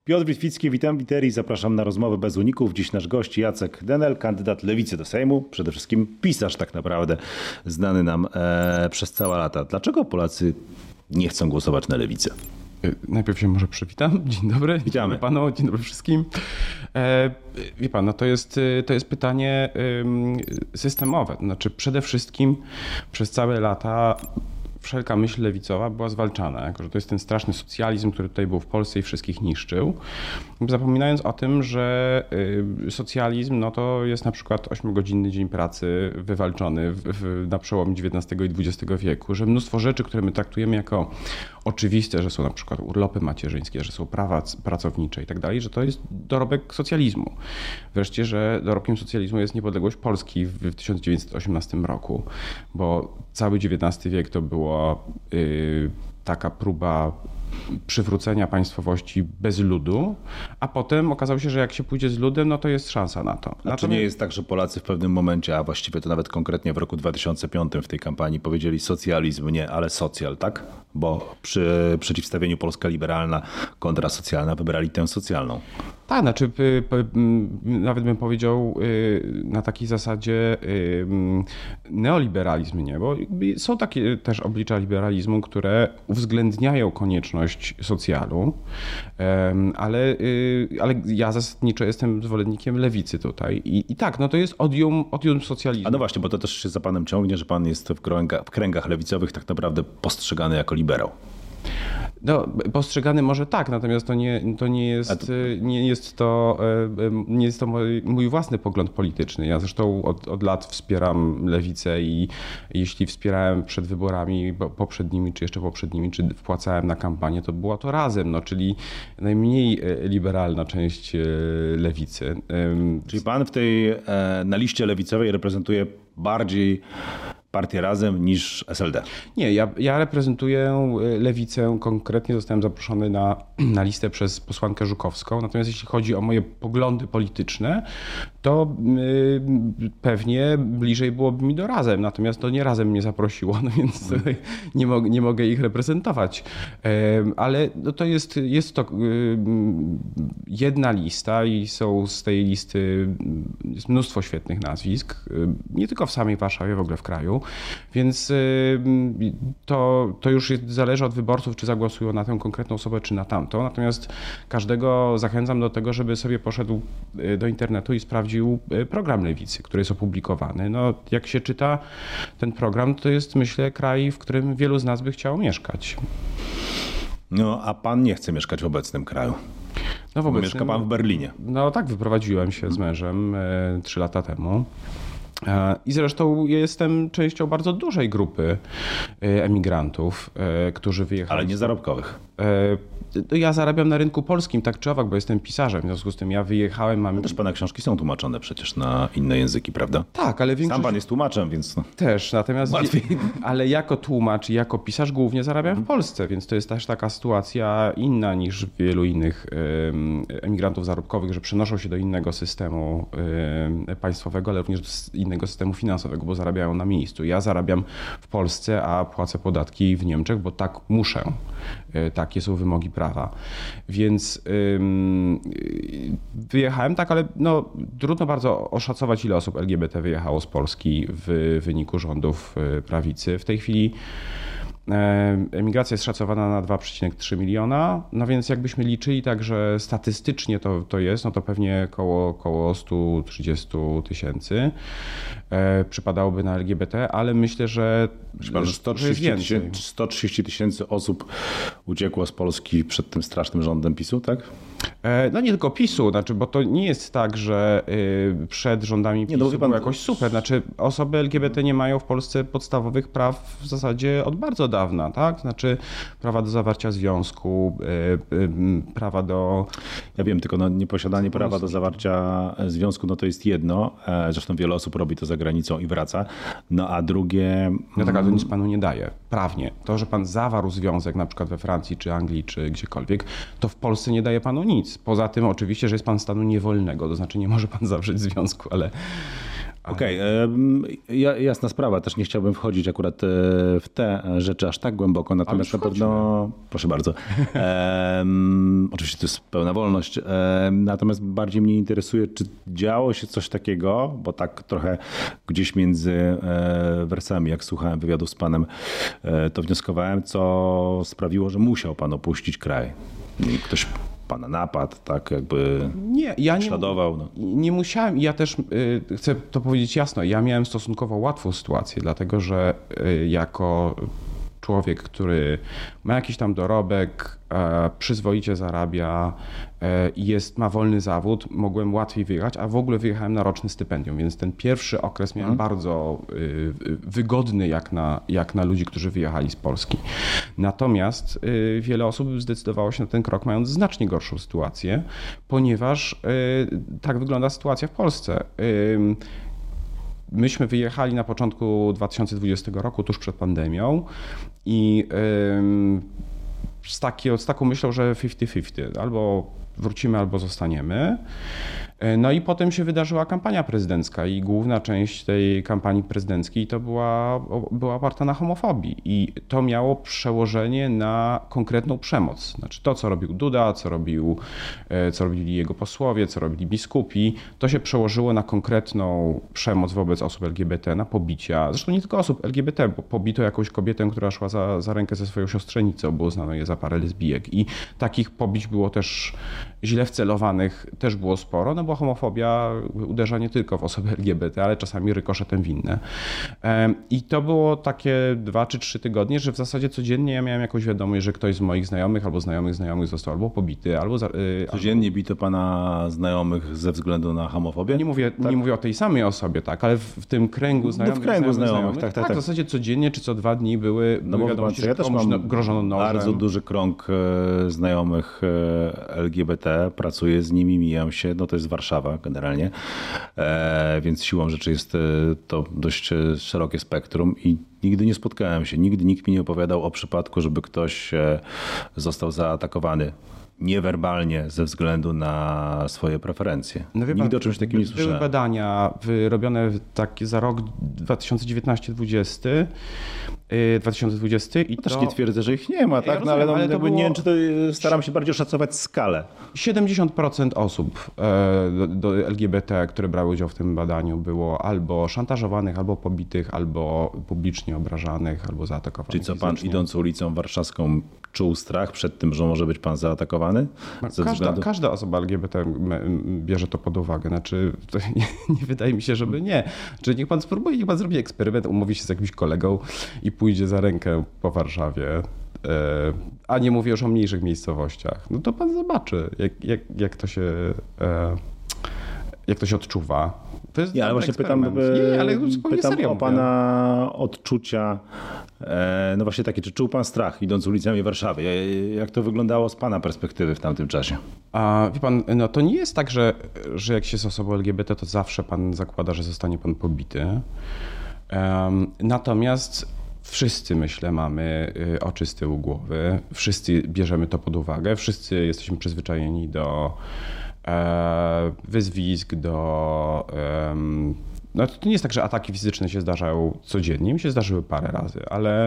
Piotr Witwicki, witam Witerii, zapraszam na rozmowę bez uników. Dziś nasz gość Jacek Denel, kandydat Lewicy do Sejmu, przede wszystkim pisarz tak naprawdę, znany nam przez całe lata. Dlaczego Polacy nie chcą głosować na Lewicę? Najpierw się może przywitam. Dzień dobry. Witamy. Dzień dobry panu, dzień dobry wszystkim. Wie pan, no to jest pytanie systemowe. Znaczy przede wszystkim przez całe lata wszelka myśl lewicowa była zwalczana, jako że to jest ten straszny socjalizm, który tutaj był w Polsce i wszystkich niszczył. Zapominając o tym, że socjalizm no to jest na przykład 8-godzinny dzień pracy wywalczony na przełomie XIX i XX wieku, że mnóstwo rzeczy, które my traktujemy jako oczywiste, że są na przykład urlopy macierzyńskie, że są prawa pracownicze i tak dalej, że to jest dorobek socjalizmu. Wreszcie, że dorobkiem socjalizmu jest niepodległość Polski w 1918 roku, bo cały XIX wiek to było taka próba przywrócenia państwowości bez ludu, a potem okazało się, że jak się pójdzie z ludem, no to jest szansa na to. A czy nie jest tak, że Polacy w pewnym momencie, a właściwie to nawet konkretnie w roku 2005 w tej kampanii powiedzieli socjalizm nie, ale socjal, tak? Bo przy przeciwstawieniu Polska liberalna kontra socjalna wybrali tę socjalną. Tak, znaczy nawet bym powiedział na takiej zasadzie neoliberalizm, nie? Bo są takie też oblicza liberalizmu, które uwzględniają konieczność socjalu, ale ja zasadniczo jestem zwolennikiem lewicy tutaj. I tak, no to jest odium socjalizmu. A no właśnie, bo to też się za panem ciągnie, że pan jest w kręgach lewicowych tak naprawdę postrzegany jako liberał. No, postrzegany może tak, natomiast to nie jest to mój własny pogląd polityczny. Ja zresztą od lat wspieram lewicę i jeśli wspierałem przed wyborami poprzednimi, czy jeszcze poprzednimi, czy wpłacałem na kampanię, to było to razem, no, czyli najmniej liberalna część lewicy. Czyli pan na liście lewicowej reprezentuje bardziej partię Razem niż SLD. Nie, ja reprezentuję lewicę, konkretnie zostałem zaproszony na listę przez posłankę Żukowską, natomiast jeśli chodzi o moje poglądy polityczne, to pewnie bliżej byłoby mi do Razem, natomiast to nie Razem mnie zaprosiło, no więc nie mogę ich reprezentować. Ale no to jest to jedna lista i są z tej listy jest mnóstwo świetnych nazwisk, nie tylko w samej Warszawie, w ogóle w kraju. Więc to już zależy od wyborców, czy zagłosują na tę konkretną osobę, czy na tamtą. Natomiast każdego zachęcam do tego, żeby sobie poszedł do internetu i sprawdził program Lewicy, który jest opublikowany. No, jak się czyta ten program, to jest, myślę, kraj, w którym wielu z nas by chciało mieszkać. No, a pan nie chce mieszkać w obecnym kraju. No, mieszka pan w Berlinie. No tak, wyprowadziłem się z mężem 3 lata temu. I zresztą jestem częścią bardzo dużej grupy emigrantów, którzy wyjechali. Ale nie zarobkowych. Ja zarabiam na rynku polskim, tak czy owak, bo jestem pisarzem. W związku z tym ja wyjechałem. No też pana książki są tłumaczone przecież na inne języki, prawda? Tak, ale większość... Sam pan jest tłumaczem, więc... No. Też, natomiast... Ale jako tłumacz i jako pisarz głównie zarabiam w Polsce, więc to jest też taka sytuacja inna niż wielu innych emigrantów zarobkowych, że przenoszą się do innego systemu państwowego, ale również do innego systemu finansowego, bo zarabiają na miejscu. Ja zarabiam w Polsce, a płacę podatki w Niemczech, bo tak muszę. Takie są wymogi prawa. Więc wyjechałem tak, ale no, trudno bardzo oszacować, ile osób LGBT wyjechało z Polski w wyniku rządów prawicy. W tej chwili emigracja jest szacowana na 2,3 miliona, no więc jakbyśmy liczyli tak, że statystycznie to jest, no to pewnie koło 130 000 przypadałoby na LGBT, ale myślę, że 130 000 osób uciekło z Polski przed tym strasznym rządem PiS-u, tak? No nie tylko PiS-u, znaczy, bo to nie jest tak, że przed rządami PiS-u było jakoś super. Znaczy osoby LGBT nie mają w Polsce podstawowych praw w zasadzie od bardzo dawna, tak? Znaczy prawa do zawarcia związku, prawa do... Ja wiem, tylko nieposiadanie prawa do zawarcia związku, no to jest jedno. Zresztą wiele osób robi to za granicą i wraca. No a drugie... No tak, ale to nic panu nie daje. Prawnie. To, że pan zawarł związek na przykład we Francji, czy Anglii, czy gdziekolwiek, to w Polsce nie daje panu nic. Poza tym oczywiście, że jest pan stanu niewolnego, to znaczy nie może pan zawrzeć związku, Okej, jasna sprawa, też nie chciałbym wchodzić akurat w te rzeczy aż tak głęboko, natomiast na pewno, proszę bardzo, oczywiście to jest pełna wolność, natomiast bardziej mnie interesuje, czy działo się coś takiego, bo tak trochę gdzieś między wersami, jak słuchałem wywiadu z panem, to wnioskowałem, co sprawiło, że musiał pan opuścić kraj. Ktoś pana napadł, tak jakby prześladował. Nie musiałem. Ja też chcę to powiedzieć jasno. Ja miałem stosunkowo łatwą sytuację, dlatego że jako człowiek, który ma jakiś tam dorobek, przyzwoicie zarabia i ma wolny zawód, mogłem łatwiej wyjechać, a w ogóle wyjechałem na roczne stypendium, więc ten pierwszy okres miałem bardzo wygodny jak na ludzi, którzy wyjechali z Polski. Natomiast wiele osób zdecydowało się na ten krok, mając znacznie gorszą sytuację, ponieważ tak wygląda sytuacja w Polsce. Myśmy wyjechali na początku 2020 roku, tuż przed pandemią i z taką myślą, że 50-50, albo wrócimy, albo zostaniemy. No i potem się wydarzyła kampania prezydencka i główna część tej kampanii prezydenckiej to była oparta na homofobii i to miało przełożenie na konkretną przemoc. Znaczy to, co robił Duda, co robili jego posłowie, co robili biskupi, to się przełożyło na konkretną przemoc wobec osób LGBT, na pobicia. Zresztą nie tylko osób LGBT, bo pobito jakąś kobietę, która szła za rękę ze swoją siostrzenicą, bo uznano je za parę lesbijek. I takich pobić było też źle wcelowanych, też było sporo, no bo homofobia uderza nie tylko w osoby LGBT, ale czasami rykoszetem w inne. I to było takie 2 czy 3 tygodnie, że w zasadzie codziennie ja miałem jakąś wiadomość, że ktoś z moich znajomych albo znajomych został albo pobity, albo... Codziennie bito pana znajomych ze względu na homofobię? Nie mówię o tej samej osobie, tak, ale w tym kręgu znajomych. W kręgu znajomych, tak. W zasadzie codziennie czy co 2 dni były wiadomości, że ja też mam grożono nożem. Bardzo duży krąg znajomych LGBT, pracuję z nimi, mijam się, no to jest Warszawa generalnie, więc siłą rzeczy jest to dość szerokie spektrum i nigdy nie spotkałem się, nigdy nikt mi nie opowiadał o przypadku, żeby ktoś został zaatakowany niewerbalnie ze względu na swoje preferencje. No Nigdy o czymś takim nie słyszałem. Były badania robione za rok 2019-2020 i no też nie twierdzę, że ich nie ma, tak? Rozumiem, ale to było... nie wiem, czy to staram się bardziej oszacować skalę. 70% osób do LGBT, które brały udział w tym badaniu, było albo szantażowanych, albo pobitych, albo publicznie obrażanych, albo zaatakowanych. Czyli co, pan idąc ulicą warszawską czuł strach przed tym, że może być pan zaatakowany? Każda osoba LGBT bierze to pod uwagę. Znaczy, to nie wydaje mi się, żeby nie. Czy niech pan spróbuje, niech pan zrobi eksperyment, umówi się z jakimś kolegą i pójdzie za rękę po Warszawie, a nie mówię już o mniejszych miejscowościach, no to pan zobaczy, jak to się odczuwa. To jest ale właśnie pytam serio o pana odczucia, no właśnie takie, czy czuł pan strach idąc ulicami Warszawy? Jak to wyglądało z pana perspektywy w tamtym czasie? Wie pan, no to nie jest tak, że jak się jest osobą LGBT, to zawsze pan zakłada, że zostanie pan pobity. Natomiast wszyscy, myślę, mamy oczy z tyłu głowy, wszyscy bierzemy to pod uwagę, wszyscy jesteśmy przyzwyczajeni do wyzwisk, no to nie jest tak, że ataki fizyczne się zdarzają codziennie, mi się zdarzyły parę razy,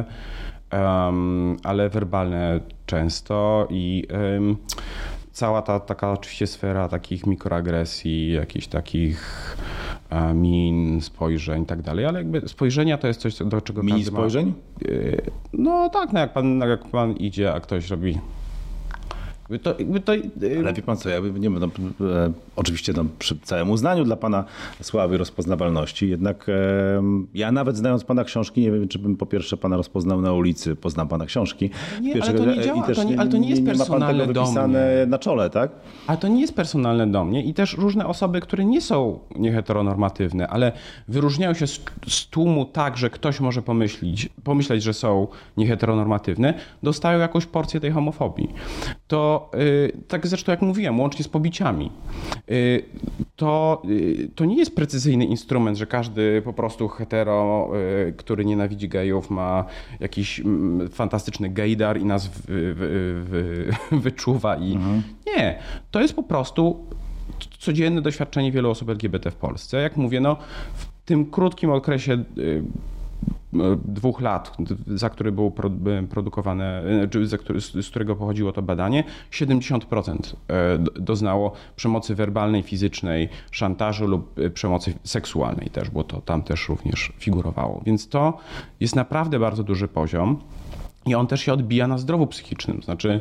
ale werbalne często i cała ta taka oczywiście sfera takich mikroagresji, jakichś takich min, spojrzeń i tak dalej, ale jakby spojrzenia to jest coś, do czego każdy spojrzeń? No tak, no jak pan idzie, a ktoś robi... Ale wie pan co, ja nie wiem, oczywiście przy całym uznaniu dla pana sławy i rozpoznawalności, jednak ja nawet znając pana książki, nie wiem, czy bym po pierwsze pana rozpoznał na ulicy, poznam pana książki. Nie, ale to nie działa, ale to nie jest personalne do mnie. Na czole, tak? Ale to nie jest personalne do mnie i też różne osoby, które nie są nieheteronormatywne, ale wyróżniają się z tłumu tak, że ktoś może pomyśleć, że są nieheteronormatywne, dostają jakąś porcję tej homofobii. To tak zresztą jak mówiłem, łącznie z pobiciami. To nie jest precyzyjny instrument, że każdy po prostu hetero, który nienawidzi gejów, ma jakiś fantastyczny gejdar i nas wyczuwa. Nie, to jest po prostu codzienne doświadczenie wielu osób LGBT w Polsce. Jak mówię, no tym krótkim okresie 2 lat, za który było produkowane, z którego pochodziło to badanie, 70% doznało przemocy werbalnej, fizycznej, szantażu lub przemocy seksualnej też, bo to tam też również figurowało. Więc to jest naprawdę bardzo duży poziom i on też się odbija na zdrowiu psychicznym. Znaczy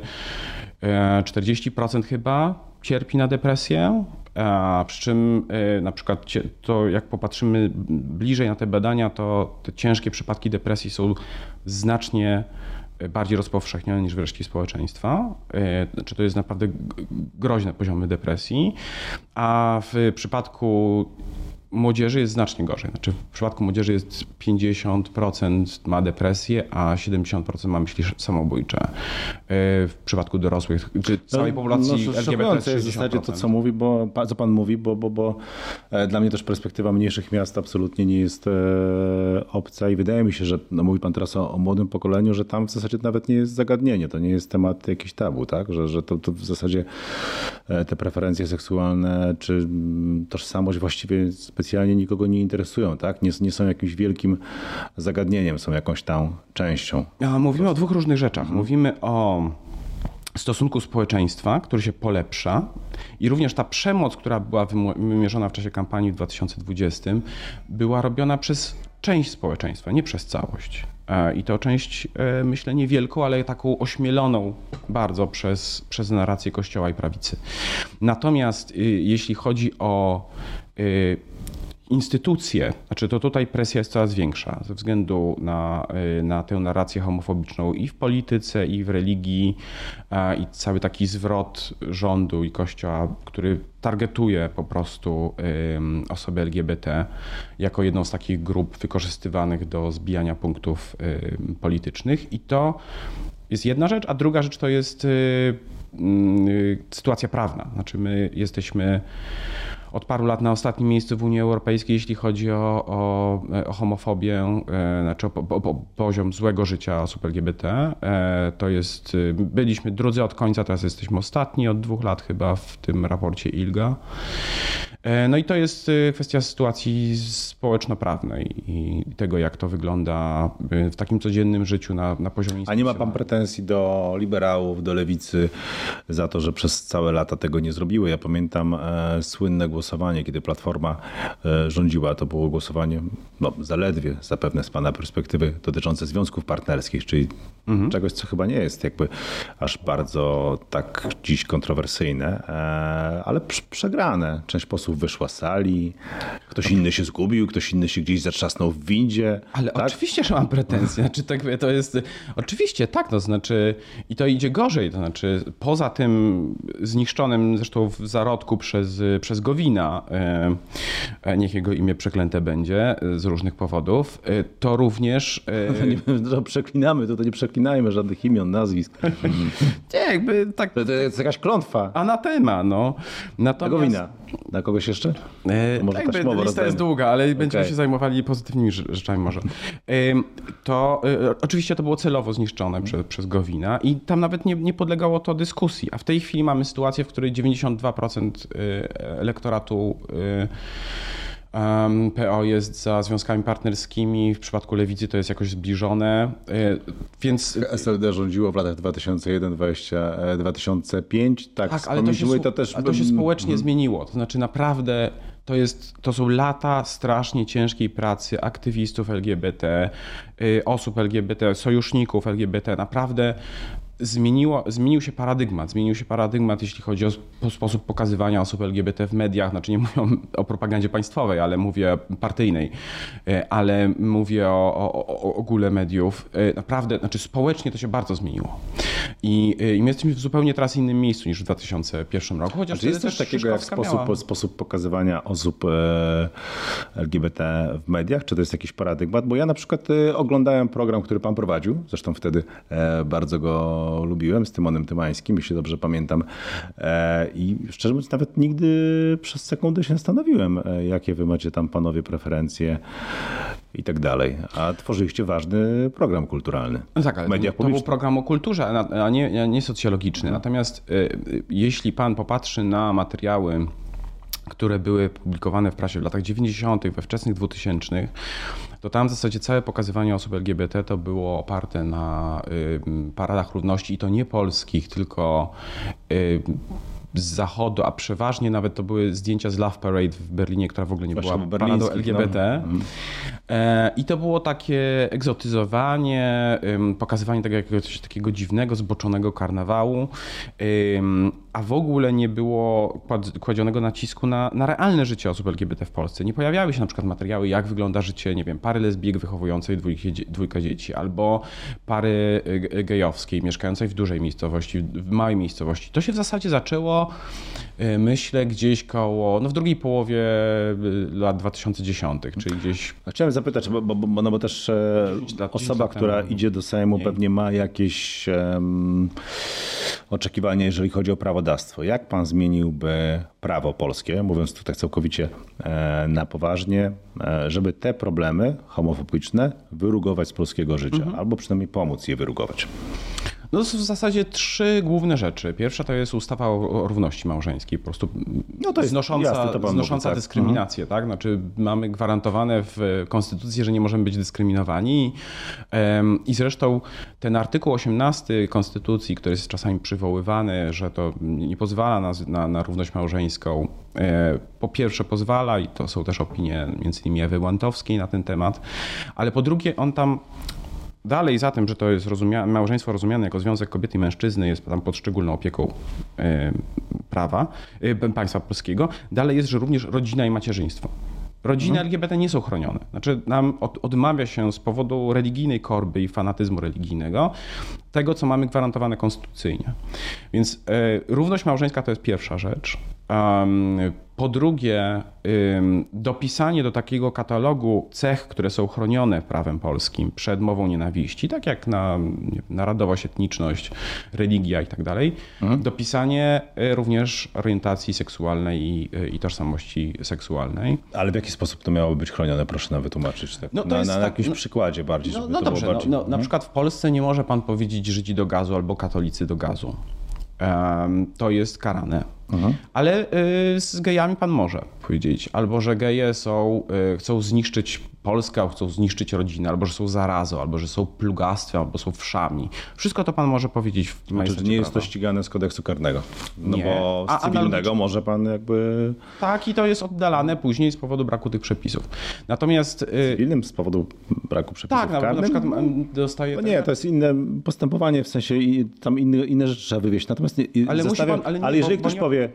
40% chyba cierpi na depresję, przy czym na przykład to jak popatrzymy bliżej na te badania, to te ciężkie przypadki depresji są znacznie bardziej rozpowszechnione niż w reszcie społeczeństwa. Znaczy to jest naprawdę groźne poziomy depresji, a w przypadku młodzieży jest znacznie gorzej. Znaczy w przypadku młodzieży jest 50% ma depresję, a 70% ma myśli samobójcze. W przypadku dorosłych, czy całej populacji LGBT jest w zasadzie to, co pan mówi, bo dla mnie też perspektywa mniejszych miast absolutnie nie jest obca i wydaje mi się, że mówi pan teraz o młodym pokoleniu, że tam w zasadzie nawet nie jest zagadnienie, to nie jest temat jakiś tabu, tak? Że to w zasadzie te preferencje seksualne czy tożsamość właściwie specjalnie nikogo nie interesują, tak? Nie są jakimś wielkim zagadnieniem, są jakąś tam częścią. Mówimy o 2 różnych rzeczach. Mówimy o stosunku społeczeństwa, który się polepsza i również ta przemoc, która była wymierzona w czasie kampanii w 2020, była robiona przez część społeczeństwa, nie przez całość. I to część, myślę, niewielką, ale taką ośmieloną bardzo przez narrację Kościoła i prawicy. Natomiast jeśli chodzi o instytucje, znaczy to tutaj presja jest coraz większa ze względu na tę narrację homofobiczną i w polityce, i w religii, i cały taki zwrot rządu i Kościoła, który targetuje po prostu osoby LGBT jako jedną z takich grup wykorzystywanych do zbijania punktów politycznych. I to jest jedna rzecz, a druga rzecz to jest sytuacja prawna. Znaczy my jesteśmy od paru lat na ostatnim miejscu w Unii Europejskiej, jeśli chodzi o homofobię, znaczy o poziom złego życia osób LGBT. To jest, byliśmy drudzy od końca, teraz jesteśmy ostatni od 2 lat chyba w tym raporcie ILGA. No i to jest kwestia sytuacji społeczno-prawnej i tego, jak to wygląda w takim codziennym życiu na poziomie instytucjonalnym. A nie ma pan pretensji do liberałów, do lewicy za to, że przez całe lata tego nie zrobiły? Ja pamiętam słynne głosowanie, kiedy Platforma rządziła. To było głosowanie zaledwie, zapewne z pana perspektywy, dotyczące związków partnerskich, czyli czegoś, co chyba nie jest jakby aż bardzo tak dziś kontrowersyjne, ale przegrane. Część posłów wyszła z sali, ktoś inny się zgubił, ktoś inny się gdzieś zatrzasnął w windzie. Ale tak? Oczywiście, że mam pretensje. Znaczy, to jest, oczywiście tak, to znaczy i to idzie gorzej. To znaczy poza tym zniszczonym zresztą w zarodku przez Gowina, niech jego imię przeklęte będzie z różnych powodów, to również... To przeklinamy, to nie przeklinajmy żadnych imion, nazwisk. Nie, jakby tak... To jest jakaś klątwa. Anatema, no. Natomiast... Gowina. Na kogoś jeszcze? Może lista jest długa, ale będziemy się zajmowali pozytywnymi rzeczami może. To oczywiście to było celowo zniszczone przez Gowina i tam nawet nie podlegało to dyskusji. A w tej chwili mamy sytuację, w której 92% elektoratu PO jest za związkami partnerskimi, w przypadku lewicy to jest jakoś zbliżone, więc... SLD rządziło w latach 2001-2005, tak, ale to się społecznie zmieniło, to znaczy naprawdę to są lata strasznie ciężkiej pracy aktywistów LGBT, osób LGBT, sojuszników LGBT, naprawdę zmienił się paradygmat, jeśli chodzi o sposób pokazywania osób LGBT w mediach. Znaczy nie mówię o propagandzie państwowej, ale mówię partyjnej, ale mówię o ogóle mediów. Naprawdę, znaczy społecznie to się bardzo zmieniło. I my jesteśmy w zupełnie teraz innym miejscu niż w 2001 roku. Chociaż jest coś takiego jak sposób pokazywania osób LGBT w mediach? Czy to jest jakiś paradygmat? Bo ja na przykład oglądałem program, który pan prowadził, zresztą wtedy bardzo go lubiłem, z Tymonem Tymańskim, jeśli dobrze pamiętam. I szczerze mówiąc, nawet nigdy przez sekundę się zastanowiłem, jakie wy macie tam panowie preferencje i tak dalej. A tworzyliście ważny program kulturalny. No tak, ale to był program o kulturze, a nie socjologiczny. Natomiast jeśli pan popatrzy na materiały które były publikowane w prasie w latach 90., we wczesnych 2000, to tam w zasadzie całe pokazywanie osób LGBT to było oparte na paradach równości i to nie polskich, tylko z zachodu, a przeważnie nawet to były zdjęcia z Love Parade w Berlinie, która w ogóle nie była paradą LGBT. No. I to było takie egzotyzowanie, pokazywanie tego jakiegoś takiego dziwnego, zboczonego karnawału, a w ogóle nie było kładzionego nacisku na realne życie osób LGBT w Polsce. Nie pojawiały się na przykład materiały, jak wygląda życie, nie wiem, pary lesbijek wychowującej dwójkę dzieci, albo pary gejowskiej mieszkającej w dużej miejscowości, w małej miejscowości. To się w zasadzie zaczęło, myślę, gdzieś koło, w drugiej połowie lat 2010, czyli gdzieś... Chciałem zapytać, bo też osoba, która idzie do Sejmu, pewnie ma jakieś oczekiwania, jeżeli chodzi o prawodawstwo. Jak pan zmieniłby prawo polskie, mówiąc tutaj całkowicie na poważnie, żeby te problemy homofobiczne wyrugować z polskiego życia, albo przynajmniej pomóc je wyrugować? No to są w zasadzie 3 główne rzeczy. Pierwsza to jest ustawa o równości małżeńskiej, po prostu to jest znosząca dyskryminację. Tak? Znaczy mamy gwarantowane w Konstytucji, że nie możemy być dyskryminowani i zresztą ten artykuł 18 Konstytucji, który jest czasami przywoływany, że to nie pozwala na równość małżeńską, po pierwsze pozwala i to są też opinie między innymi Ewy Łantowskiej na ten temat, ale po drugie on tam dalej za tym, że to jest małżeństwo rozumiane jako związek kobiety i mężczyzny, jest tam pod szczególną opieką państwa polskiego. Dalej jest, że również rodzina i macierzyństwo. Rodziny LGBT nie są chronione. Znaczy nam odmawia się z powodu religijnej korby i fanatyzmu religijnego tego, co mamy gwarantowane konstytucyjnie. Więc równość małżeńska to jest pierwsza rzecz. Po drugie, dopisanie do takiego katalogu cech, które są chronione prawem polskim przed mową nienawiści, tak jak narodowość, etniczność, religia i tak dalej, dopisanie również orientacji seksualnej i tożsamości seksualnej. Ale w jaki sposób to miało być chronione? Proszę nam wytłumaczyć. Tak? Na jakimś przykładzie bardziej, żeby to dobrze, było bardziej... Na przykład w Polsce nie może pan powiedzieć Żydzi do gazu albo katolicy do gazu. To jest karane. Ale z gejami pan może powiedzieć, albo że geje chcą zniszczyć Polskę, chcą zniszczyć rodzinę, albo że są zarazą, albo że są plugastwem, albo są wszami. Wszystko to pan może powiedzieć w majestacie prawa. Nie jest to ścigane z kodeksu karnego. No nie. Bo z cywilnego może pan jakby... Tak, i to jest oddalane później z powodu braku tych przepisów. Natomiast... Cywilnym z powodu braku przepisów karnych? Tak, na przykład dostaje... No nie, to jest inne postępowanie, w sensie tam inne rzeczy trzeba wywieźć. Natomiast ale jeżeli ktoś powie...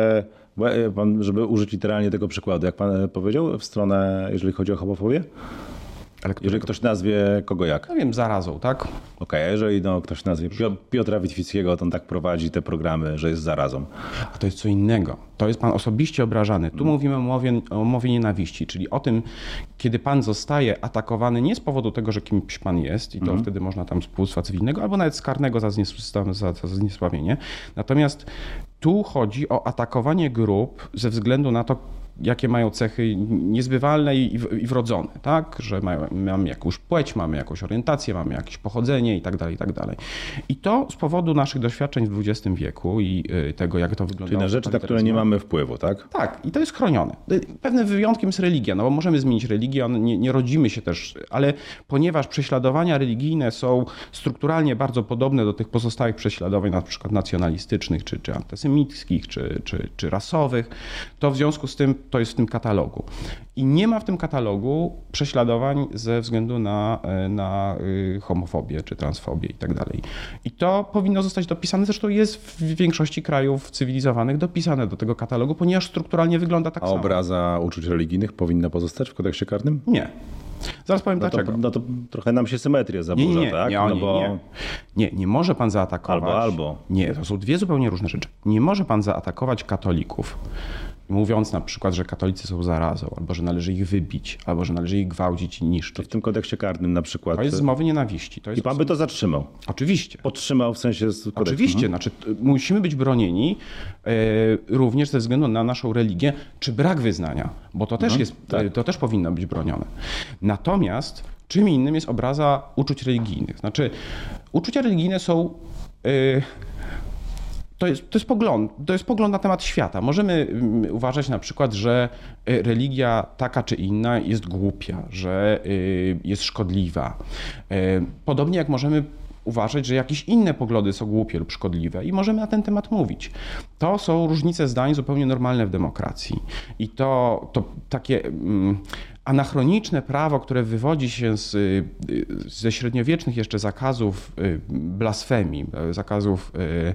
żeby użyć literalnie tego przykładu, jak pan powiedział, w stronę, jeżeli chodzi o homofobię? Jeżeli ktoś nazwie kogo jak? No wiem, zarazą, tak? Okej, a jeżeli ktoś nazwie Piotra Witwickiego, to on tak prowadzi te programy, że jest zarazą. A to jest co innego. To jest pan osobiście obrażany. Tu mówimy o mowie nienawiści, czyli o tym, kiedy pan zostaje atakowany nie z powodu tego, że kimś pan jest i to wtedy można tam z powództwa cywilnego albo nawet z karnego za zniesławienie. Natomiast tu chodzi o atakowanie grup ze względu na to, jakie mają cechy niezbywalne i wrodzone, tak? Że mamy jakąś płeć, mamy jakąś orientację, mamy jakieś pochodzenie i tak dalej, i tak dalej. I to z powodu naszych doświadczeń w XX wieku i tego, jak to wygląda. Czyli na rzeczy, na które nie mamy wpływu, tak? Tak, i to jest chronione. Pewnym wyjątkiem jest religia, no bo możemy zmienić religię, nie rodzimy się też, ale ponieważ prześladowania religijne są strukturalnie bardzo podobne do tych pozostałych prześladowań, na przykład nacjonalistycznych, czy antysemickich, czy rasowych, to w związku z tym to jest w tym katalogu. I nie ma w tym katalogu prześladowań ze względu na homofobię czy transfobię i tak dalej. I to powinno zostać dopisane, zresztą jest w większości krajów cywilizowanych dopisane do tego katalogu, ponieważ strukturalnie wygląda tak samo. A obraza uczuć religijnych powinna pozostać w kodeksie karnym? Nie. Zaraz powiem dlaczego. To trochę nam się symetria zaburza, tak? Nie może pan zaatakować. Albo. Nie, to są dwie zupełnie różne rzeczy. Nie może pan zaatakować katolików, mówiąc na przykład, że katolicy są zarazą, albo że należy ich wybić, albo że należy ich gwałcić i niszczyć. W tym kodeksie karnym na przykład. To jest z mowy nienawiści. I pan by to zatrzymał? Oczywiście. Podtrzymał w sensie z kodeksu? Oczywiście. Znaczy, musimy być bronieni również ze względu na naszą religię, czy brak wyznania, bo to też jest, to też powinno być bronione. Natomiast czym innym jest obraza uczuć religijnych. Znaczy, uczucia religijne są... to jest pogląd na temat świata. Możemy uważać na przykład, że religia taka czy inna jest głupia, że jest szkodliwa. Podobnie jak możemy uważać, że jakieś inne poglądy są głupie lub szkodliwe i możemy na ten temat mówić. To są różnice zdań zupełnie normalne w demokracji. I to takie anachroniczne prawo, które wywodzi się ze średniowiecznych jeszcze zakazów blasfemii, zakazów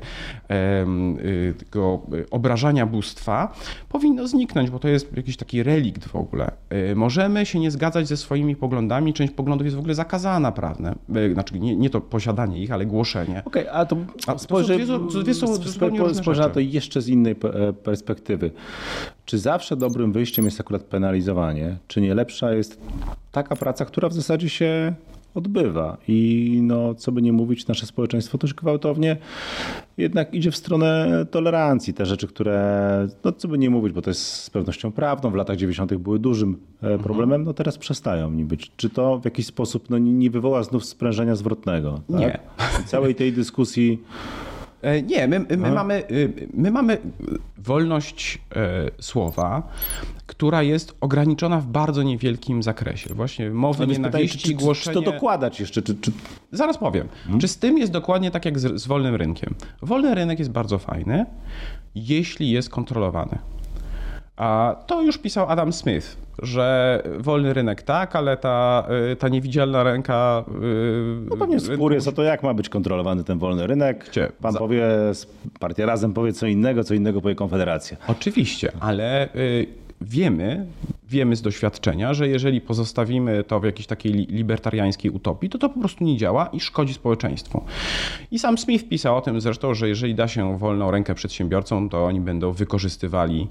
tego obrażania bóstwa, powinno zniknąć, bo to jest jakiś taki relikt w ogóle. Możemy się nie zgadzać ze swoimi poglądami, część poglądów jest w ogóle zakazana prawnie. Znaczy nie to posiadanie ich, ale głoszenie. Okej, a to spojrzę na to jeszcze z innej perspektywy. Czy zawsze dobrym wyjściem jest akurat penalizowanie? Czy nie lepsza jest taka praca, która w zasadzie się odbywa? I no, co by nie mówić, nasze społeczeństwo dość gwałtownie jednak idzie w stronę tolerancji. Te rzeczy, które, no co by nie mówić, bo to jest z pewnością prawdą, w latach 90. były dużym problemem, no teraz przestają nim być. Czy to w jakiś sposób nie wywoła znów sprężenia zwrotnego? Tak? Nie. Całej tej dyskusji... Nie, my mamy wolność słowa, która jest ograniczona w bardzo niewielkim zakresie. Właśnie mowy nienawiści, głoszenie... Czy to dokładać jeszcze? Czy... Zaraz powiem. Czy z tym jest dokładnie tak jak z wolnym rynkiem? Wolny rynek jest bardzo fajny, jeśli jest kontrolowany. A to już pisał Adam Smith, że wolny rynek tak, ale ta niewidzialna ręka... No pewnie spór jest o to, jak ma być kontrolowany ten wolny rynek. Pan powie, partia Razem powie co innego powie Konfederacja. Oczywiście, ale wiemy z doświadczenia, że jeżeli pozostawimy to w jakiejś takiej libertariańskiej utopii, to po prostu nie działa i szkodzi społeczeństwu. I sam Smith pisał o tym zresztą, że jeżeli da się wolną rękę przedsiębiorcom, to oni będą wykorzystywali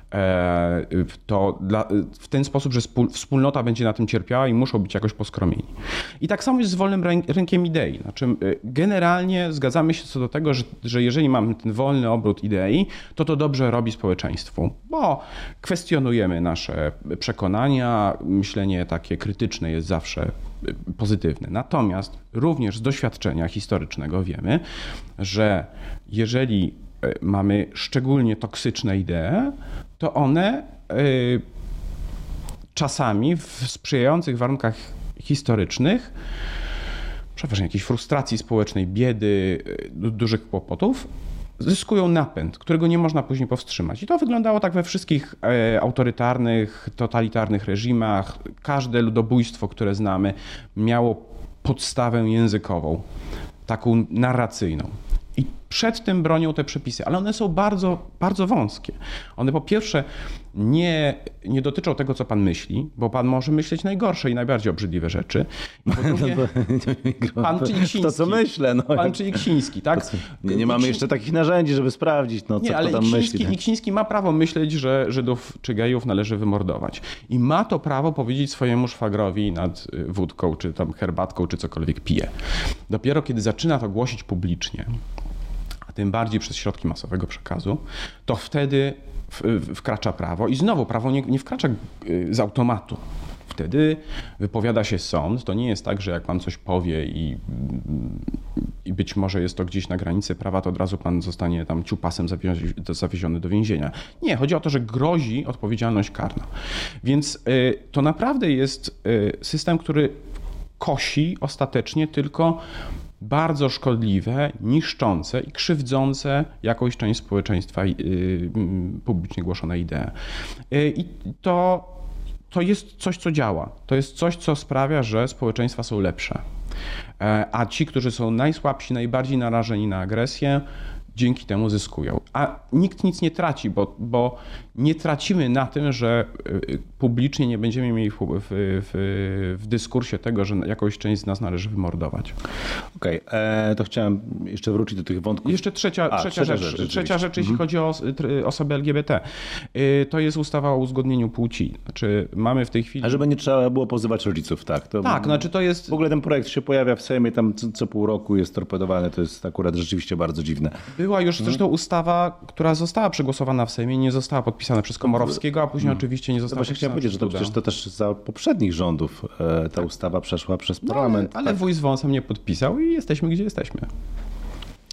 to w ten sposób, że wspólnota będzie na tym cierpiała i muszą być jakoś poskromieni. I tak samo jest z wolnym rynkiem idei. Znaczy, generalnie zgadzamy się co do tego, że jeżeli mamy ten wolny obrót idei, to dobrze robi społeczeństwu, bo kwestionujemy nasze przekonania, myślenie takie krytyczne jest zawsze pozytywne. Natomiast również z doświadczenia historycznego wiemy, że jeżeli mamy szczególnie toksyczne idee, to one czasami w sprzyjających warunkach historycznych, przepraszam, jakiejś frustracji społecznej, biedy, dużych kłopotów, zyskują napęd, którego nie można później powstrzymać. I to wyglądało tak we wszystkich autorytarnych, totalitarnych reżimach. Każde ludobójstwo, które znamy, miało podstawę językową, taką narracyjną. I przed tym bronią te przepisy, ale one są bardzo, bardzo wąskie. One po pierwsze nie dotyczą tego, co pan myśli, bo pan może myśleć najgorsze i najbardziej obrzydliwe rzeczy. I po drugie, pan czy Iksiński. To, co myślę. No. Pan czy Iksiński, tak? Nie mamy jeszcze takich narzędzi, żeby sprawdzić, no, co nie, ale tam myśli. Iksiński ma prawo myśleć, że Żydów czy gejów należy wymordować. I ma to prawo powiedzieć swojemu szwagrowi nad wódką, czy tam herbatką, czy cokolwiek pije. Dopiero kiedy zaczyna to głosić publicznie, tym bardziej przez środki masowego przekazu, to wtedy wkracza prawo i znowu prawo nie wkracza z automatu. Wtedy wypowiada się sąd. To nie jest tak, że jak pan coś powie i być może jest to gdzieś na granicy prawa, to od razu pan zostanie tam ciupasem zawieziony do więzienia. Nie, chodzi o to, że grozi odpowiedzialność karna. Więc to naprawdę jest system, który kosi ostatecznie tylko bardzo szkodliwe, niszczące i krzywdzące jakąś część społeczeństwa publicznie głoszone idee. I to jest coś, co działa. To jest coś, co sprawia, że społeczeństwa są lepsze. A ci, którzy są najsłabsi, najbardziej narażeni na agresję, dzięki temu zyskują. A nikt nic nie traci, bo nie tracimy na tym, że publicznie nie będziemy mieli w dyskursie tego, że jakąś część z nas należy wymordować. Okej, to chciałem jeszcze wrócić do tych wątków. Jeszcze trzecia rzecz, jeśli chodzi o osoby LGBT. To jest ustawa o uzgodnieniu płci. Znaczy mamy w tej chwili... A żeby nie trzeba było pozywać rodziców, tak? Tak, znaczy to jest... W ogóle ten projekt się pojawia w Sejmie, tam co pół roku jest torpedowany, to jest akurat rzeczywiście bardzo dziwne. Była już zresztą ustawa, która została przegłosowana w Sejmie, nie została podpisana przez Komorowskiego, a później oczywiście nie została właśnie chciałem powiedzieć, że to przecież to też za poprzednich rządów ta ustawa przeszła przez parlament. Ale wuj z wąsem nie podpisał i jesteśmy, gdzie jesteśmy.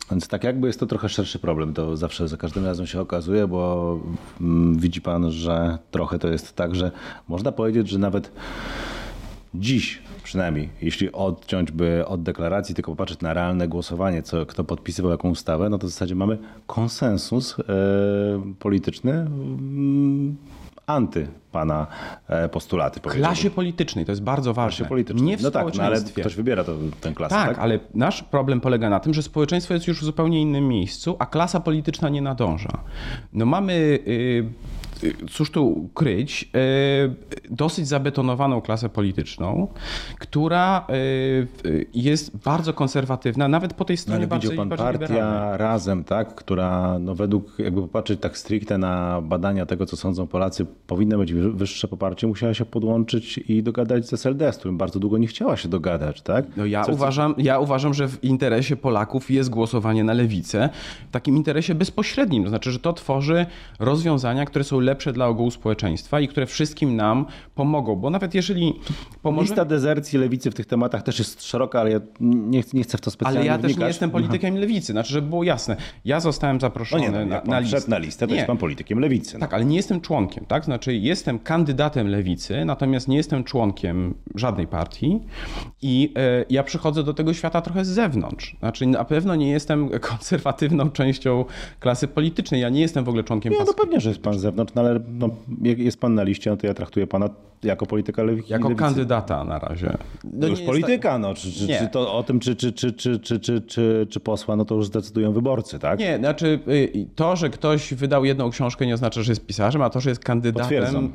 Więc tak jakby jest to trochę szerszy problem. To zawsze za każdym razem się okazuje, bo widzi pan, że trochę to jest tak, że można powiedzieć, że nawet dziś przynajmniej, jeśli odciąć by od deklaracji, tylko popatrzeć na realne głosowanie, kto podpisywał jaką ustawę, no to w zasadzie mamy konsensus polityczny anty pana postulaty. Klasie politycznej, to jest bardzo ważne. Nie w społeczeństwie. Ale ktoś wybiera tę klasę. Tak, ale nasz problem polega na tym, że społeczeństwo jest już w zupełnie innym miejscu, a klasa polityczna nie nadąża. No mamy... cóż tu ukryć, dosyć zabetonowaną klasę polityczną, która jest bardzo konserwatywna, nawet po tej stronie bardziej liberalnej. Ale widział pan partia Razem, tak, która no według, jakby popatrzeć tak stricte na badania tego, co sądzą Polacy, powinna być wyższe poparcie, musiała się podłączyć i dogadać z SLD, z którym bardzo długo nie chciała się dogadać, tak? No ja uważam, że w interesie Polaków jest głosowanie na lewicę, w takim interesie bezpośrednim, to znaczy, że to tworzy rozwiązania, które są lepsze dla ogółu społeczeństwa i które wszystkim nam pomogą, bo nawet jeżeli pomoże... Lista dezercji lewicy w tych tematach też jest szeroka, ale ja nie chcę w to specjalnie wnikać. Ale ja też nie jestem politykiem lewicy, znaczy, żeby było jasne. Ja zostałem zaproszony na listę. Na listę, to jest pan politykiem lewicy. Tak, ale nie jestem członkiem, tak? Znaczy jestem kandydatem lewicy, natomiast nie jestem członkiem żadnej partii i ja przychodzę do tego świata trochę z zewnątrz. Znaczy na pewno nie jestem konserwatywną częścią klasy politycznej. Ja nie jestem w ogóle członkiem partii. No pewnie, że jest pan z zewnątrz, no ale jak jest pan na liście, no to ja traktuję pana jako polityka lewicy. Jako kandydata na razie. No już polityka, no. Czy to o tym, czy posła, no to już zdecydują wyborcy, tak? Nie, znaczy to, że ktoś wydał jedną książkę, nie oznacza, że jest pisarzem, a to, że jest kandydatem,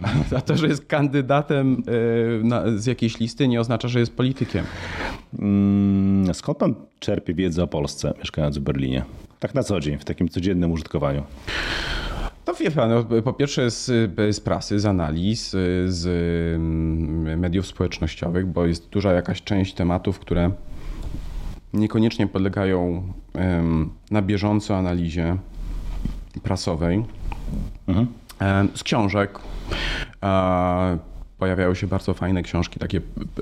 z jakiejś listy, nie oznacza, że jest politykiem. Skąd pan czerpie wiedzę o Polsce, mieszkając w Berlinie? Tak na co dzień, w takim codziennym użytkowaniu. To wie pan, po pierwsze z prasy, z analiz, z mediów społecznościowych, bo jest duża jakaś część tematów, które niekoniecznie podlegają na bieżąco analizie prasowej. Z książek. Pojawiały się bardzo fajne książki, takie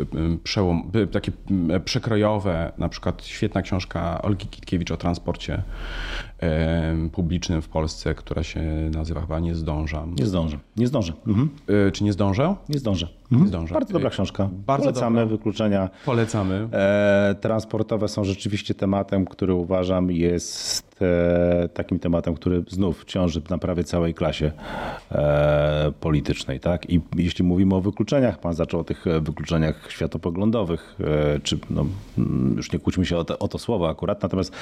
przekrojowe, na przykład świetna książka Olgi Kitkiewicz o transporcie publicznym w Polsce, która się nazywa chyba Nie zdążam. Nie zdążę. Czy nie zdążę? Nie zdążę. Nie zdążę. Bardzo dobra książka. Bardzo Polecamy dobra. Wykluczenia. Polecamy. Transportowe są rzeczywiście tematem, który uważam jest takim tematem, który znów ciąży na prawie całej klasie politycznej. Tak? I jeśli mówimy o wykluczeniach, pan zaczął o tych wykluczeniach światopoglądowych, czy no, już nie kłóćmy się o to słowo akurat, natomiast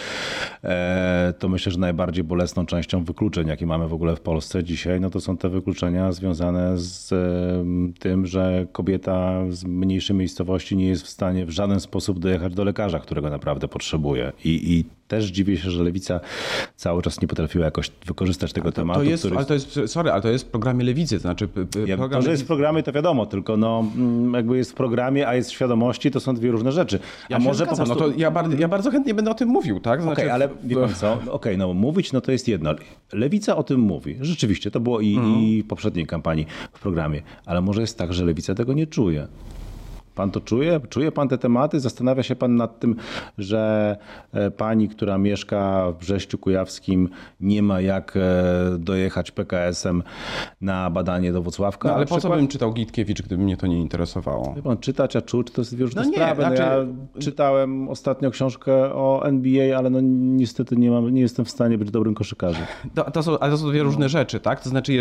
to myślę, że najbardziej bolesną częścią wykluczeń, jakie mamy w ogóle w Polsce dzisiaj, no to są te wykluczenia związane z tym, że kobieta z mniejszej miejscowości nie jest w stanie w żaden sposób dojechać do lekarza, którego naprawdę potrzebuje. I też dziwię się, że Lewica cały czas nie potrafiła jakoś wykorzystać tego tematu. Ale to jest w programie Lewicy. To znaczy to, że jest w programie, to wiadomo, tylko no, jakby jest w programie, a jest w świadomości, to są dwie różne rzeczy. A może po prostu... No to ja bardzo chętnie będę o tym mówił, tak? Znaczy... Okej, ale wie pan co? No mówić, no to jest jedno. Lewica o tym mówi. Rzeczywiście, to było i w poprzedniej kampanii w programie. Ale może jest tak, że Lewica tego nie czuje. Pan to czuje? Czuje pan te tematy? Zastanawia się pan nad tym, że pani, która mieszka w Brześciu Kujawskim, nie ma jak dojechać PKS-em na badanie do Włocławka? No ale po co bym czytał Gitkiewicz, gdyby mnie to nie interesowało? Wie pan, czytać, a czuć to jest dwie różne sprawy. Znaczy... Ja czytałem ostatnio książkę o NBA, ale no niestety nie jestem w stanie być dobrym koszykarzem. Ale to są dwie różne rzeczy, tak? To znaczy,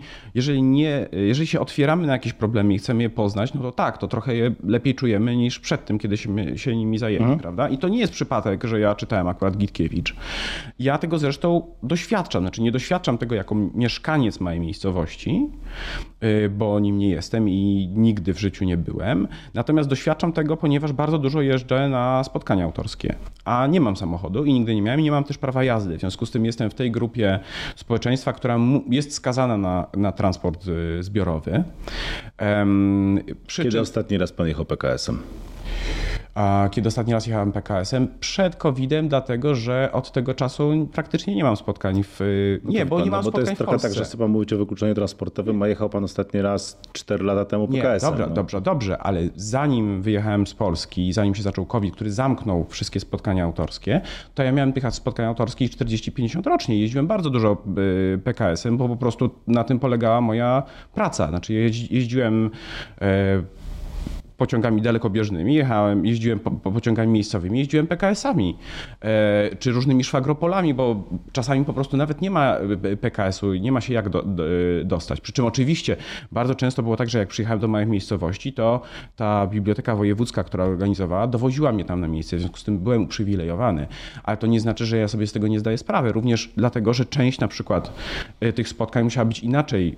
jeżeli się otwieramy na jakieś problemy i chcemy je poznać, no to tak, to trochę je lepiej czujemy niż przed tym, kiedy się nimi zajęli, prawda? I to nie jest przypadek, że ja czytałem akurat Gitkiewicz. Ja tego zresztą doświadczam, znaczy nie doświadczam tego jako mieszkaniec małej miejscowości, bo nim nie jestem i nigdy w życiu nie byłem. Natomiast doświadczam tego, ponieważ bardzo dużo jeżdżę na spotkania autorskie, a nie mam samochodu i nigdy nie miałem i nie mam też prawa jazdy. W związku z tym jestem w tej grupie społeczeństwa, która jest skazana na transport zbiorowy. Kiedy ostatni raz pan jechał PKS-em? kiedy ostatni raz jechałem PKS-em, przed COVID-em, dlatego że od tego czasu praktycznie nie mam spotkań nie mam bo spotkań to jest w trochę Polsce. tak, że chce pan mówić o wykluczeniu transportowym, a jechał pan ostatni raz 4 lata temu PKS-em. Dobrze, ale zanim wyjechałem z Polski, zanim się zaczął COVID, który zamknął wszystkie spotkania autorskie, to ja miałem tych spotkań autorskich 40-50 rocznie. Jeździłem bardzo dużo PKS-em, bo po prostu na tym polegała moja praca. Znaczy jeździłem pociągami dalekobieżnymi, jeździłem pociągami miejscowymi, jeździłem PKS-ami, czy różnymi szwagropolami, bo czasami po prostu nawet nie ma PKS-u, nie ma się jak dostać. Przy czym oczywiście bardzo często było tak, że jak przyjechałem do małych miejscowości, to ta biblioteka wojewódzka, która organizowała, dowoziła mnie tam na miejsce, w związku z tym byłem uprzywilejowany. Ale to nie znaczy, że ja sobie z tego nie zdaję sprawy. Również dlatego, że część na przykład tych spotkań musiała być inaczej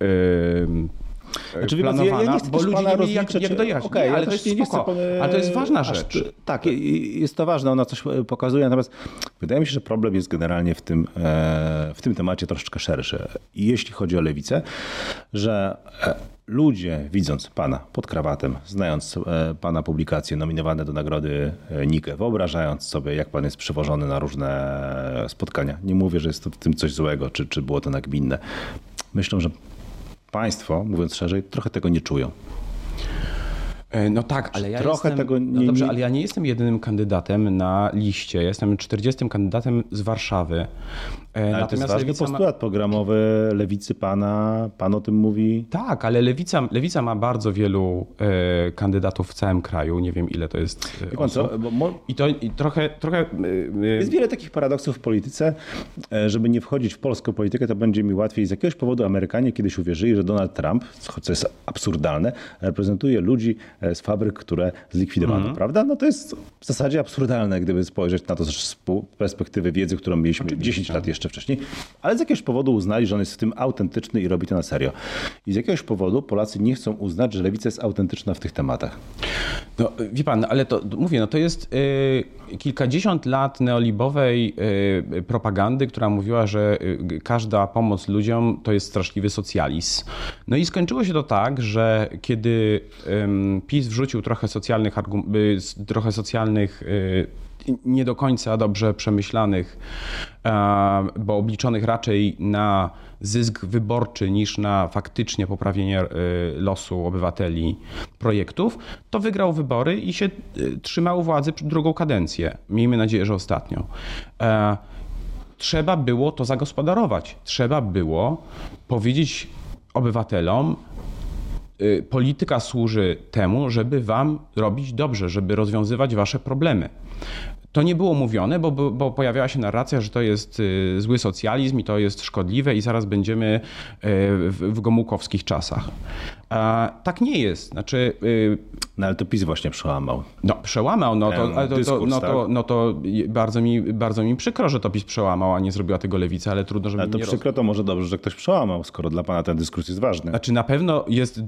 planowana, ja nie chcę bo ludzie nie mieli rozliczać, jak dojechać. Okay, ale to jest spoko. Ale to jest ważna rzecz. Tak, jest to ważne, ona coś pokazuje, natomiast wydaje mi się, że problem jest generalnie w tym temacie troszeczkę szerszy. I jeśli chodzi o lewicę, że ludzie, widząc pana pod krawatem, znając pana publikacje nominowane do nagrody Nike, wyobrażając sobie, jak pan jest przewożony na różne spotkania, nie mówię, że jest to w tym coś złego, czy było to nagminne, myślą, że państwo, mówiąc szerzej, trochę tego nie czują. No tak, ale ja trochę jestem, tego no dobrze, ale ja nie jestem jedynym kandydatem na liście. Ja jestem 40 kandydatem z Warszawy. Ale to jest ważny postulat programowy Lewicy pana. Pan o tym mówi? Tak, ale Lewica ma bardzo wielu kandydatów w całym kraju. Nie wiem, ile to jest osób. I trochę... Jest wiele takich paradoksów w polityce. Żeby nie wchodzić w polską politykę, to będzie mi łatwiej. Z jakiegoś powodu Amerykanie kiedyś uwierzyli, że Donald Trump, co jest absurdalne, reprezentuje ludzi z fabryk, które zlikwidowano, prawda? No to jest w zasadzie absurdalne, gdyby spojrzeć na to z perspektywy wiedzy, którą mieliśmy 10 lat jeszcze wcześniej, ale z jakiegoś powodu uznali, że on jest w tym autentyczny i robi to na serio. I z jakiegoś powodu Polacy nie chcą uznać, że lewica jest autentyczna w tych tematach. No wie pan, ale to mówię, no to jest kilkadziesiąt lat neolibowej propagandy, która mówiła, że każda pomoc ludziom to jest straszliwy socjalizm. No i skończyło się to tak, że kiedy PiS wrzucił trochę socjalnych nie do końca dobrze przemyślanych, bo obliczonych raczej na zysk wyborczy niż na faktycznie poprawienie losu obywateli projektów, to wygrał wybory i się trzymał władzy drugą kadencję. Miejmy nadzieję, że ostatnią. Trzeba było to zagospodarować. Trzeba było powiedzieć obywatelom, polityka służy temu, żeby wam robić dobrze, żeby rozwiązywać wasze problemy. To nie było mówione, bo pojawiała się narracja, że to jest zły socjalizm i to jest szkodliwe i zaraz będziemy w gomułkowskich czasach. Tak nie jest. Znaczy, no ale to PiS właśnie przełamał. No przełamał, to bardzo mi przykro, że to PiS przełamał, a nie zrobiła tego lewica, ale trudno, żeby ale to nie przykro, to może dobrze, że ktoś przełamał, skoro dla pana ten dyskurs jest ważny. Znaczy na pewno jest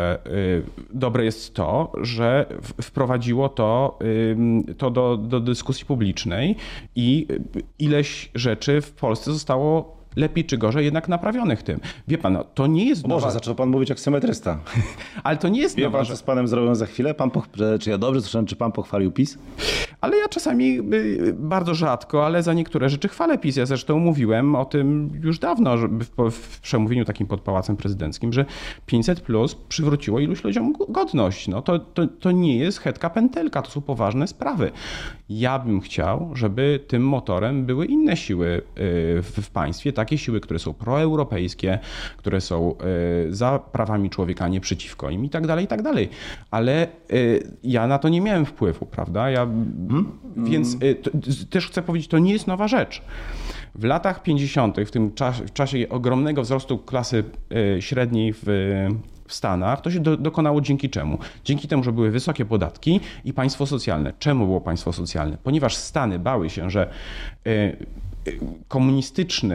dobre jest to, że wprowadziło to do dyskusji publicznej i ileś rzeczy w Polsce zostało lepiej czy gorzej jednak naprawionych tym. Wie pan, no, to nie jest Może zaczął pan mówić jak symetrysta. Ale to nie jest Wie pan, co z panem zrobią za chwilę? Czy ja dobrze słyszałem, czy pan pochwalił PiS? Ale ja czasami bardzo rzadko, ale za niektóre rzeczy chwalę PiS. Ja zresztą mówiłem o tym już dawno w przemówieniu takim pod Pałacem Prezydenckim, że 500+ przywróciło iluś ludziom godność. No, to nie jest chetka pętelka, to są poważne sprawy. Ja bym chciał, żeby tym motorem były inne siły w państwie, takie siły, które są proeuropejskie, które są za prawami człowieka, nie przeciwko im i tak dalej. Ale ja na to nie miałem wpływu, prawda? Więc też chcę powiedzieć, to nie jest nowa rzecz. W latach 50., w czasie ogromnego wzrostu klasy średniej w Stanach, to się dokonało dzięki czemu? Dzięki temu, że były wysokie podatki i państwo socjalne. Czemu było państwo socjalne? Ponieważ Stany bały się, że komunistyczny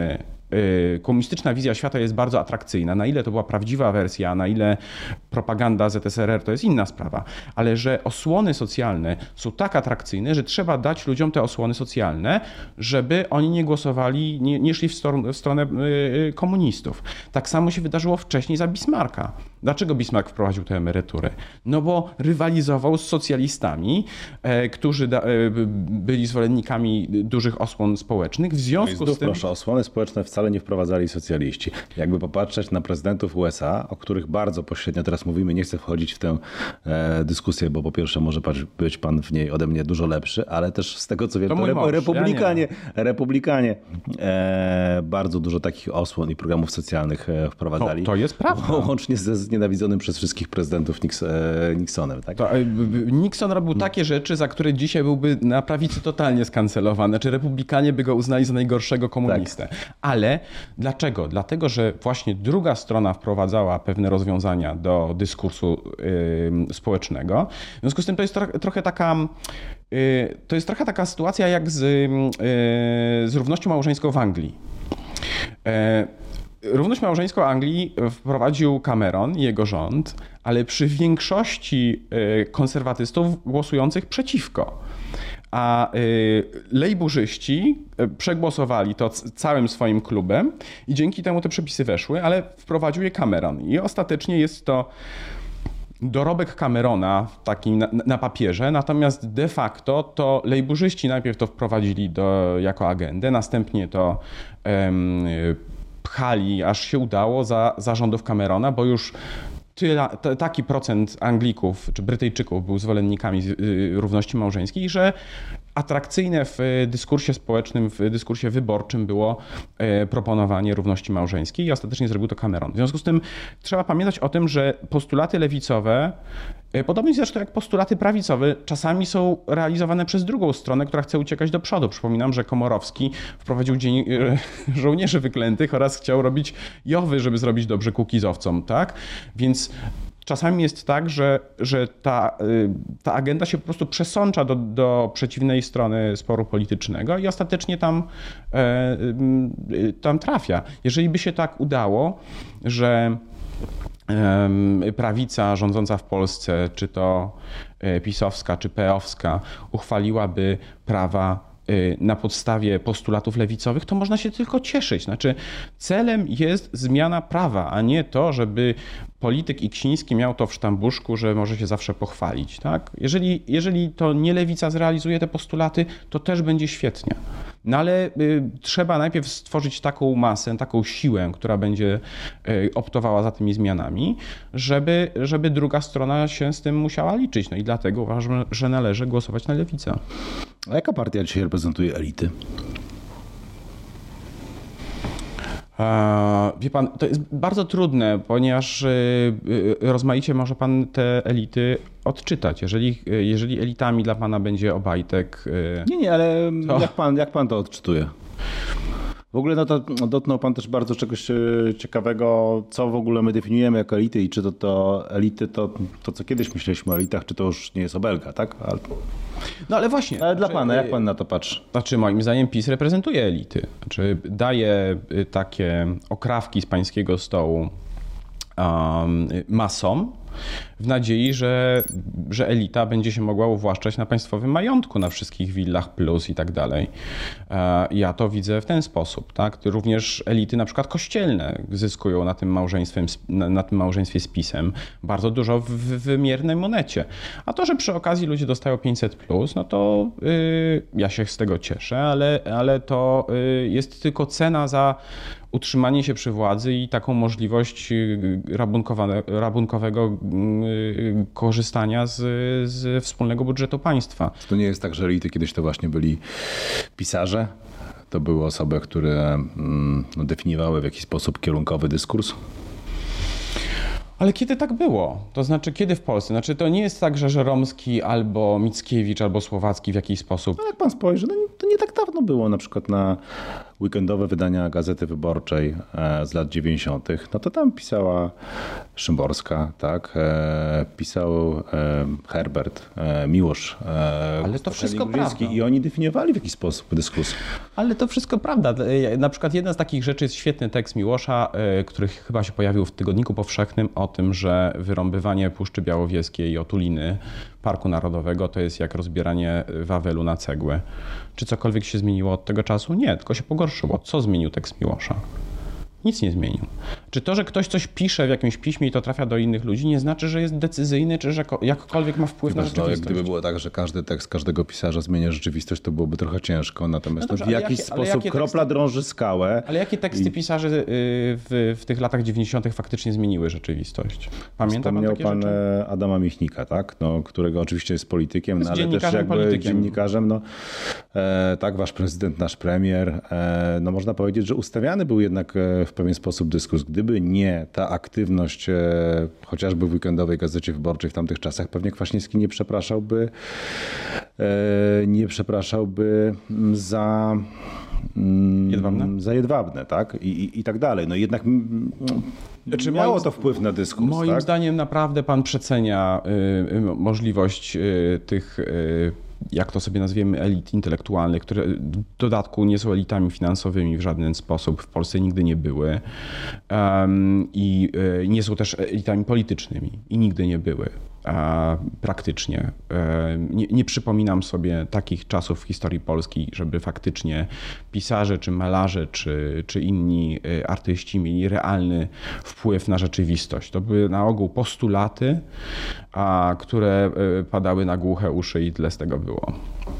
komunistyczna wizja świata jest bardzo atrakcyjna. Na ile to była prawdziwa wersja, na ile propaganda ZSRR to jest inna sprawa. Ale że osłony socjalne są tak atrakcyjne, że trzeba dać ludziom te osłony socjalne, żeby oni nie głosowali, nie szli w stronę komunistów. Tak samo się wydarzyło wcześniej za Bismarcka. Dlaczego Bismarck wprowadził tę emeryturę? No bo rywalizował z socjalistami, którzy byli zwolennikami dużych osłon społecznych. W związku z tym... Proszę, osłony społeczne wcale nie wprowadzali socjaliści. Jakby popatrzeć na prezydentów USA, o których bardzo pośrednio teraz mówimy, nie chcę wchodzić w tę dyskusję, bo po pierwsze może być pan w niej ode mnie dużo lepszy, ale też z tego co wiem, to republikanie bardzo dużo takich osłon i programów socjalnych wprowadzali. To jest prawda. Łącznie ze znienawidzonym przez wszystkich prezydentów Nixonem. Tak? Nixon robił takie rzeczy, za które dzisiaj byłby na prawicy totalnie skancelowany. Czy republikanie by go uznali za najgorszego komunistę. Tak. Ale dlaczego? Dlatego, że właśnie druga strona wprowadzała pewne rozwiązania do dyskursu społecznego. W związku z tym to jest trochę taka sytuacja jak z równością małżeńską w Anglii. Równość małżeńską Anglii wprowadził Cameron i jego rząd, ale przy większości konserwatystów głosujących przeciwko. A lejburzyści przegłosowali to całym swoim klubem i dzięki temu te przepisy weszły, ale wprowadził je Cameron. I ostatecznie jest to dorobek Camerona taki na papierze, natomiast de facto to lejburzyści najpierw to wprowadzili jako agendę, następnie to pchali, aż się udało za rządów Camerona, bo już taki procent Anglików czy Brytyjczyków był zwolennikami równości małżeńskiej, że atrakcyjne w dyskursie społecznym, w dyskursie wyborczym było proponowanie równości małżeńskiej i ostatecznie zrobił to Cameron. W związku z tym trzeba pamiętać o tym, że postulaty lewicowe, podobnie zresztą jak postulaty prawicowe, czasami są realizowane przez drugą stronę, która chce uciekać do przodu. Przypominam, że Komorowski wprowadził Dzień Żołnierzy Wyklętych oraz chciał robić JOW-y, żeby zrobić dobrze kukizowcom, tak? Więc czasami jest tak, że ta agenda się po prostu przesącza do przeciwnej strony sporu politycznego i ostatecznie tam trafia. Jeżeli by się tak udało, że prawica rządząca w Polsce, czy to pisowska, czy peowska, uchwaliłaby prawa na podstawie postulatów lewicowych, to można się tylko cieszyć. Znaczy, celem jest zmiana prawa, a nie to, żeby polityk Iksiński miał to w sztambuszku, że może się zawsze pochwalić. Tak? Jeżeli to nie lewica zrealizuje te postulaty, to też będzie świetnie. No ale trzeba najpierw stworzyć taką masę, taką siłę, która będzie optowała za tymi zmianami, żeby druga strona się z tym musiała liczyć. No i dlatego uważam, że należy głosować na lewicę. A jaka partia dzisiaj reprezentuje elity? Wie pan, to jest bardzo trudne, ponieważ rozmaicie może pan te elity odczytać. Jeżeli elitami dla pana będzie Obajtek... Nie, ale jak pan to odczytuje? W ogóle dotknął pan też bardzo czegoś ciekawego, co w ogóle my definiujemy jako elity i czy to elity, to co kiedyś myśleliśmy o elitach, czy to już nie jest obelga, tak? No ale właśnie. Ale dla pana, jak pan na to patrzy? Znaczy moim zdaniem PiS reprezentuje elity. Znaczy daje takie okrawki z pańskiego stołu masom, w nadziei, że elita będzie się mogła uwłaszczać na państwowym majątku, na wszystkich willach plus i tak dalej. Ja to widzę w ten sposób. Tak? Również elity na przykład kościelne zyskują na tym małżeństwie z PiS-em bardzo dużo w wymiernej monecie. A to, że przy okazji ludzie dostają 500 plus, no to ja się z tego cieszę, ale to jest tylko cena za utrzymanie się przy władzy i taką możliwość rabunkowego korzystania z wspólnego budżetu państwa. To nie jest tak, że elity kiedyś to właśnie byli pisarze? To były osoby, które definiowały w jakiś sposób kierunkowy dyskurs? Ale kiedy tak było? To znaczy, kiedy w Polsce? Znaczy, to nie jest tak, że Żeromski albo Mickiewicz albo Słowacki w jakiś sposób... No jak pan spojrzy, to nie tak dawno było na przykład na weekendowe wydania Gazety Wyborczej z lat 90., no to tam pisała Szymborska, tak? Pisał Herbert, Miłosz. Ale to wszystko prawda. I oni definiowali w jakiś sposób dyskusję. Ale to wszystko prawda. Na przykład jedna z takich rzeczy jest świetny tekst Miłosza, który chyba się pojawił w Tygodniku Powszechnym, o tym, że wyrąbywanie Puszczy Białowieskiej i Otuliny, Parku Narodowego, to jest jak rozbieranie Wawelu na cegły. Czy cokolwiek się zmieniło od tego czasu? Nie, tylko się pogorszyło. Co zmienił tekst Miłosza? Nic nie zmienił. Czy to, że ktoś coś pisze w jakimś piśmie i to trafia do innych ludzi, nie znaczy, że jest decyzyjny, czy że jakkolwiek ma wpływ na rzeczywistość? Gdyby było tak, że każdy tekst każdego pisarza zmienia rzeczywistość, to byłoby trochę ciężko. Natomiast w jakiś sposób kropla drąży skałę. Ale jakie teksty pisarzy w tych latach 90. faktycznie zmieniły rzeczywistość? Pamięta pan takie pan rzeczy? Adama Michnika, tak? No, którego oczywiście jest politykiem, Jest ale też jakby politykiem. dziennikarzem. No, tak, wasz prezydent, nasz premier. No, można powiedzieć, że ustawiany był jednak w pewien sposób dyskurs. Gdyby nie ta aktywność chociażby w weekendowej Gazecie Wyborczej w tamtych czasach, pewnie Kwaśniewski nie przepraszałby za Jedwabne, tak? I tak dalej. No jednak miało to wpływ na dyskurs. Moim zdaniem naprawdę pan przecenia możliwość tych jak to sobie nazwiemy, elit intelektualnych, które w dodatku nie są elitami finansowymi w żaden sposób, w Polsce nigdy nie były i nie są też elitami politycznymi i nigdy nie były. Praktycznie. Nie przypominam sobie takich czasów w historii Polski, żeby faktycznie pisarze, czy malarze, czy inni artyści mieli realny wpływ na rzeczywistość. To były na ogół postulaty, które padały na głuche uszy i tyle z tego było.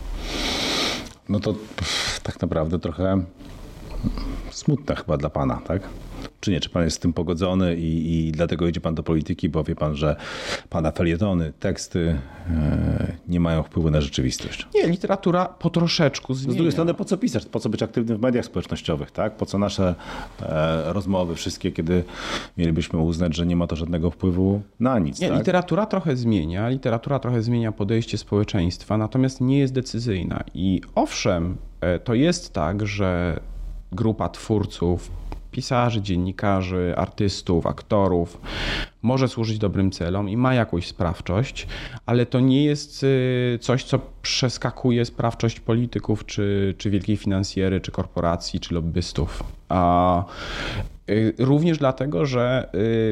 No to tak naprawdę trochę smutne chyba dla pana, tak? Czy nie? Czy pan jest z tym pogodzony i dlatego idzie pan do polityki, bo wie pan, że pana felietony, teksty nie mają wpływu na rzeczywistość? Nie, literatura po troszeczku zmienia. Z drugiej strony po co pisać? Po co być aktywnym w mediach społecznościowych? Tak? Po co nasze rozmowy wszystkie, kiedy mielibyśmy uznać, że nie ma to żadnego wpływu na nic? Nie, tak? literatura trochę zmienia podejście społeczeństwa, natomiast nie jest decyzyjna. I owszem, to jest tak, że grupa twórców, pisarzy, dziennikarzy, artystów, aktorów może służyć dobrym celom i ma jakąś sprawczość, ale to nie jest coś, co przeskakuje sprawczość polityków, czy wielkiej finansjery, czy korporacji, czy lobbystów. Również dlatego, że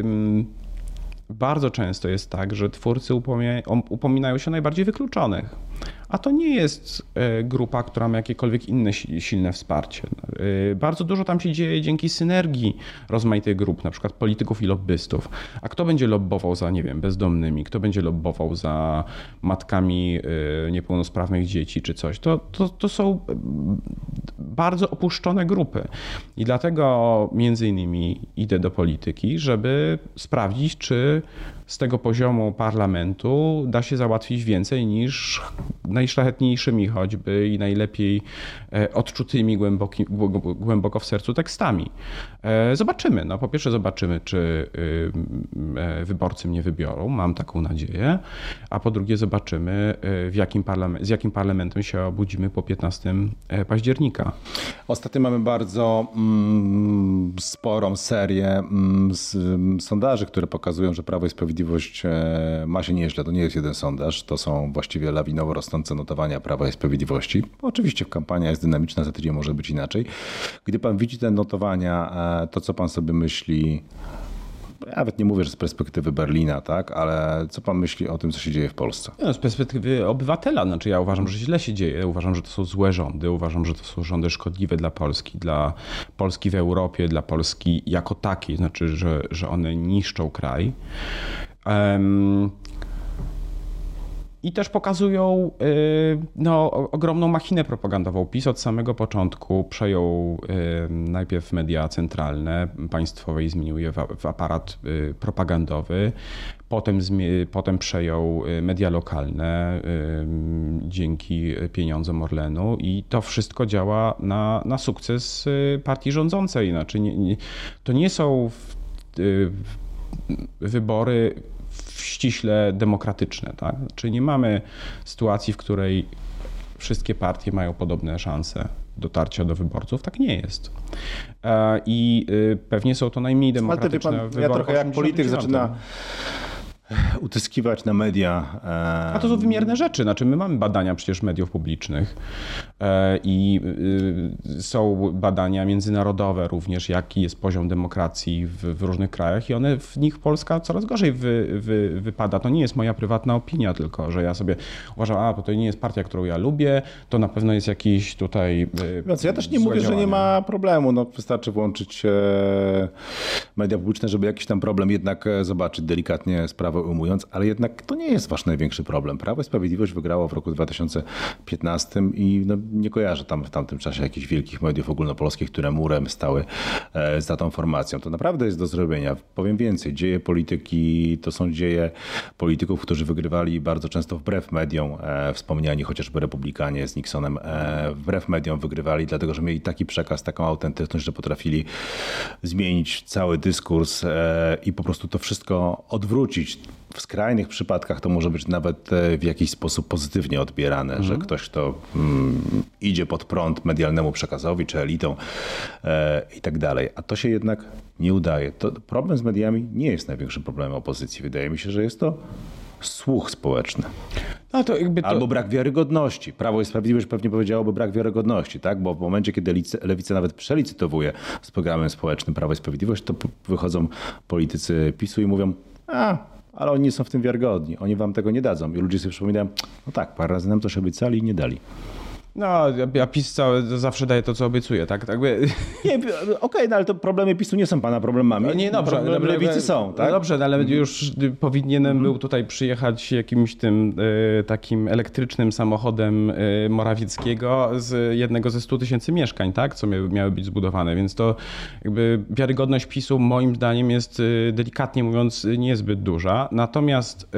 bardzo często jest tak, że twórcy upominają się o najbardziej wykluczonych. A to nie jest grupa, która ma jakiekolwiek inne silne wsparcie. Bardzo dużo tam się dzieje dzięki synergii rozmaitych grup, na przykład polityków i lobbystów. A kto będzie lobbował za, nie wiem, bezdomnymi, kto będzie lobbował za matkami niepełnosprawnych dzieci czy coś, to są bardzo opuszczone grupy. I dlatego między innymi idę do polityki, żeby sprawdzić, czy z tego poziomu parlamentu da się załatwić więcej niż najszlachetniejszymi choćby i najlepiej odczutymi głęboko w sercu tekstami. Zobaczymy. No, po pierwsze zobaczymy, czy wyborcy mnie wybiorą. Mam taką nadzieję. A po drugie zobaczymy, z jakim parlamentem się obudzimy po 15 października. Ostatnio mamy bardzo sporą serię sondaży, które pokazują, że Prawo i Sprawiedliwość ma się nieźle. To nie jest jeden sondaż, to są właściwie lawinowo rosnące notowania Prawa i Sprawiedliwości. Oczywiście kampania jest dynamiczna, za tydzień może być inaczej. Gdy pan widzi te notowania, to co pan sobie myśli, ja nawet nie mówię, że z perspektywy Berlina, tak, ale co pan myśli o tym, co się dzieje w Polsce? No, z perspektywy obywatela, znaczy ja uważam, że źle się dzieje, uważam, że to są złe rządy, uważam, że to są rządy szkodliwe dla Polski w Europie, dla Polski jako takiej, znaczy, że one niszczą kraj. I też pokazują ogromną machinę propagandową. PiS od samego początku przejął najpierw media centralne, państwowe i zmienił je w aparat propagandowy. Potem przejął media lokalne dzięki pieniądzom Orlenu i to wszystko działa na sukces partii rządzącej. Znaczy to nie są wybory ściśle demokratyczne. Tak? Czyli nie mamy sytuacji, w której wszystkie partie mają podobne szanse dotarcia do wyborców. Tak nie jest. I pewnie są to najmniej demokratyczne wybory. Ja trochę jak polityk zaczyna utyskiwać na media. A to są wymierne rzeczy. Znaczy my mamy badania przecież mediów publicznych i są badania międzynarodowe również, jaki jest poziom demokracji w różnych krajach i w nich Polska coraz gorzej wypada. To nie jest moja prywatna opinia tylko, że ja sobie uważam, bo to nie jest partia, którą ja lubię, to na pewno jest jakiś tutaj Więc ja też nie mówię, że nie ma problemu. No, wystarczy włączyć media publiczne, żeby jakiś tam problem jednak zobaczyć, delikatnie sprawę ujmując, ale jednak to nie jest wasz największy problem. Prawo i Sprawiedliwość wygrało w roku 2015 i nie kojarzę tam w tamtym czasie jakichś wielkich mediów ogólnopolskich, które murem stały za tą formacją. To naprawdę jest do zrobienia. Powiem więcej, dzieje polityki to są dzieje polityków, którzy wygrywali bardzo często wbrew mediom, wspomniani chociażby republikanie z Nixonem, wbrew mediom wygrywali, dlatego że mieli taki przekaz, taką autentyczność, że potrafili zmienić cały dyskurs i po prostu to wszystko odwrócić. W skrajnych przypadkach to może być nawet w jakiś sposób pozytywnie odbierane, że ktoś, kto idzie pod prąd medialnemu przekazowi czy elitom i tak dalej. A to się jednak nie udaje. Problem z mediami nie jest największym problemem opozycji. Wydaje mi się, że jest to słuch społeczny. No to albo brak wiarygodności. Prawo i Sprawiedliwość pewnie powiedziałoby brak wiarygodności, tak? Bo w momencie, kiedy Lewica nawet przelicytowuje z programem społecznym Prawo i Sprawiedliwość, to wychodzą politycy PiS-u i mówią, ale oni nie są w tym wiarygodni, oni wam tego nie dadzą. I ludzie sobie przypominają, no tak, parę razy nam coś obiecali i nie dali. No, a PiS zawsze daje to, co obiecuje, tak? Nie, okej, no ale to problemy PiS-u nie są pana problemami. Nie, dobrze. Problemy Lewicy są, tak? Dobrze, ale już powinienem był tutaj przyjechać jakimś tym takim elektrycznym samochodem Morawieckiego z jednego ze 100 000 mieszkań, tak? Co miały być zbudowane, więc to jakby wiarygodność PiS-u moim zdaniem jest delikatnie mówiąc niezbyt duża. Natomiast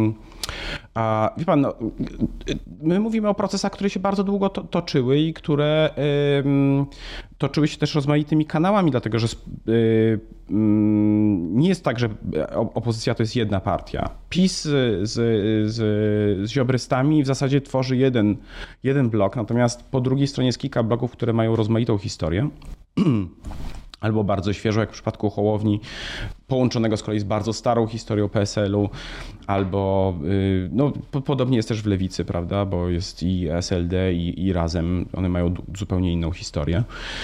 a wie pan, my mówimy o procesach, które się bardzo długo toczyły i które toczyły się też rozmaitymi kanałami, dlatego że nie jest tak, że opozycja to jest jedna partia. PiS z ziobrystami w zasadzie tworzy jeden blok, natomiast po drugiej stronie jest kilka bloków, które mają rozmaitą historię. Albo bardzo świeżo, jak w przypadku Hołowni, połączonego z kolei z bardzo starą historią PSL-u, albo podobnie jest też w Lewicy, prawda, bo jest i SLD i Razem, one mają zupełnie inną historię.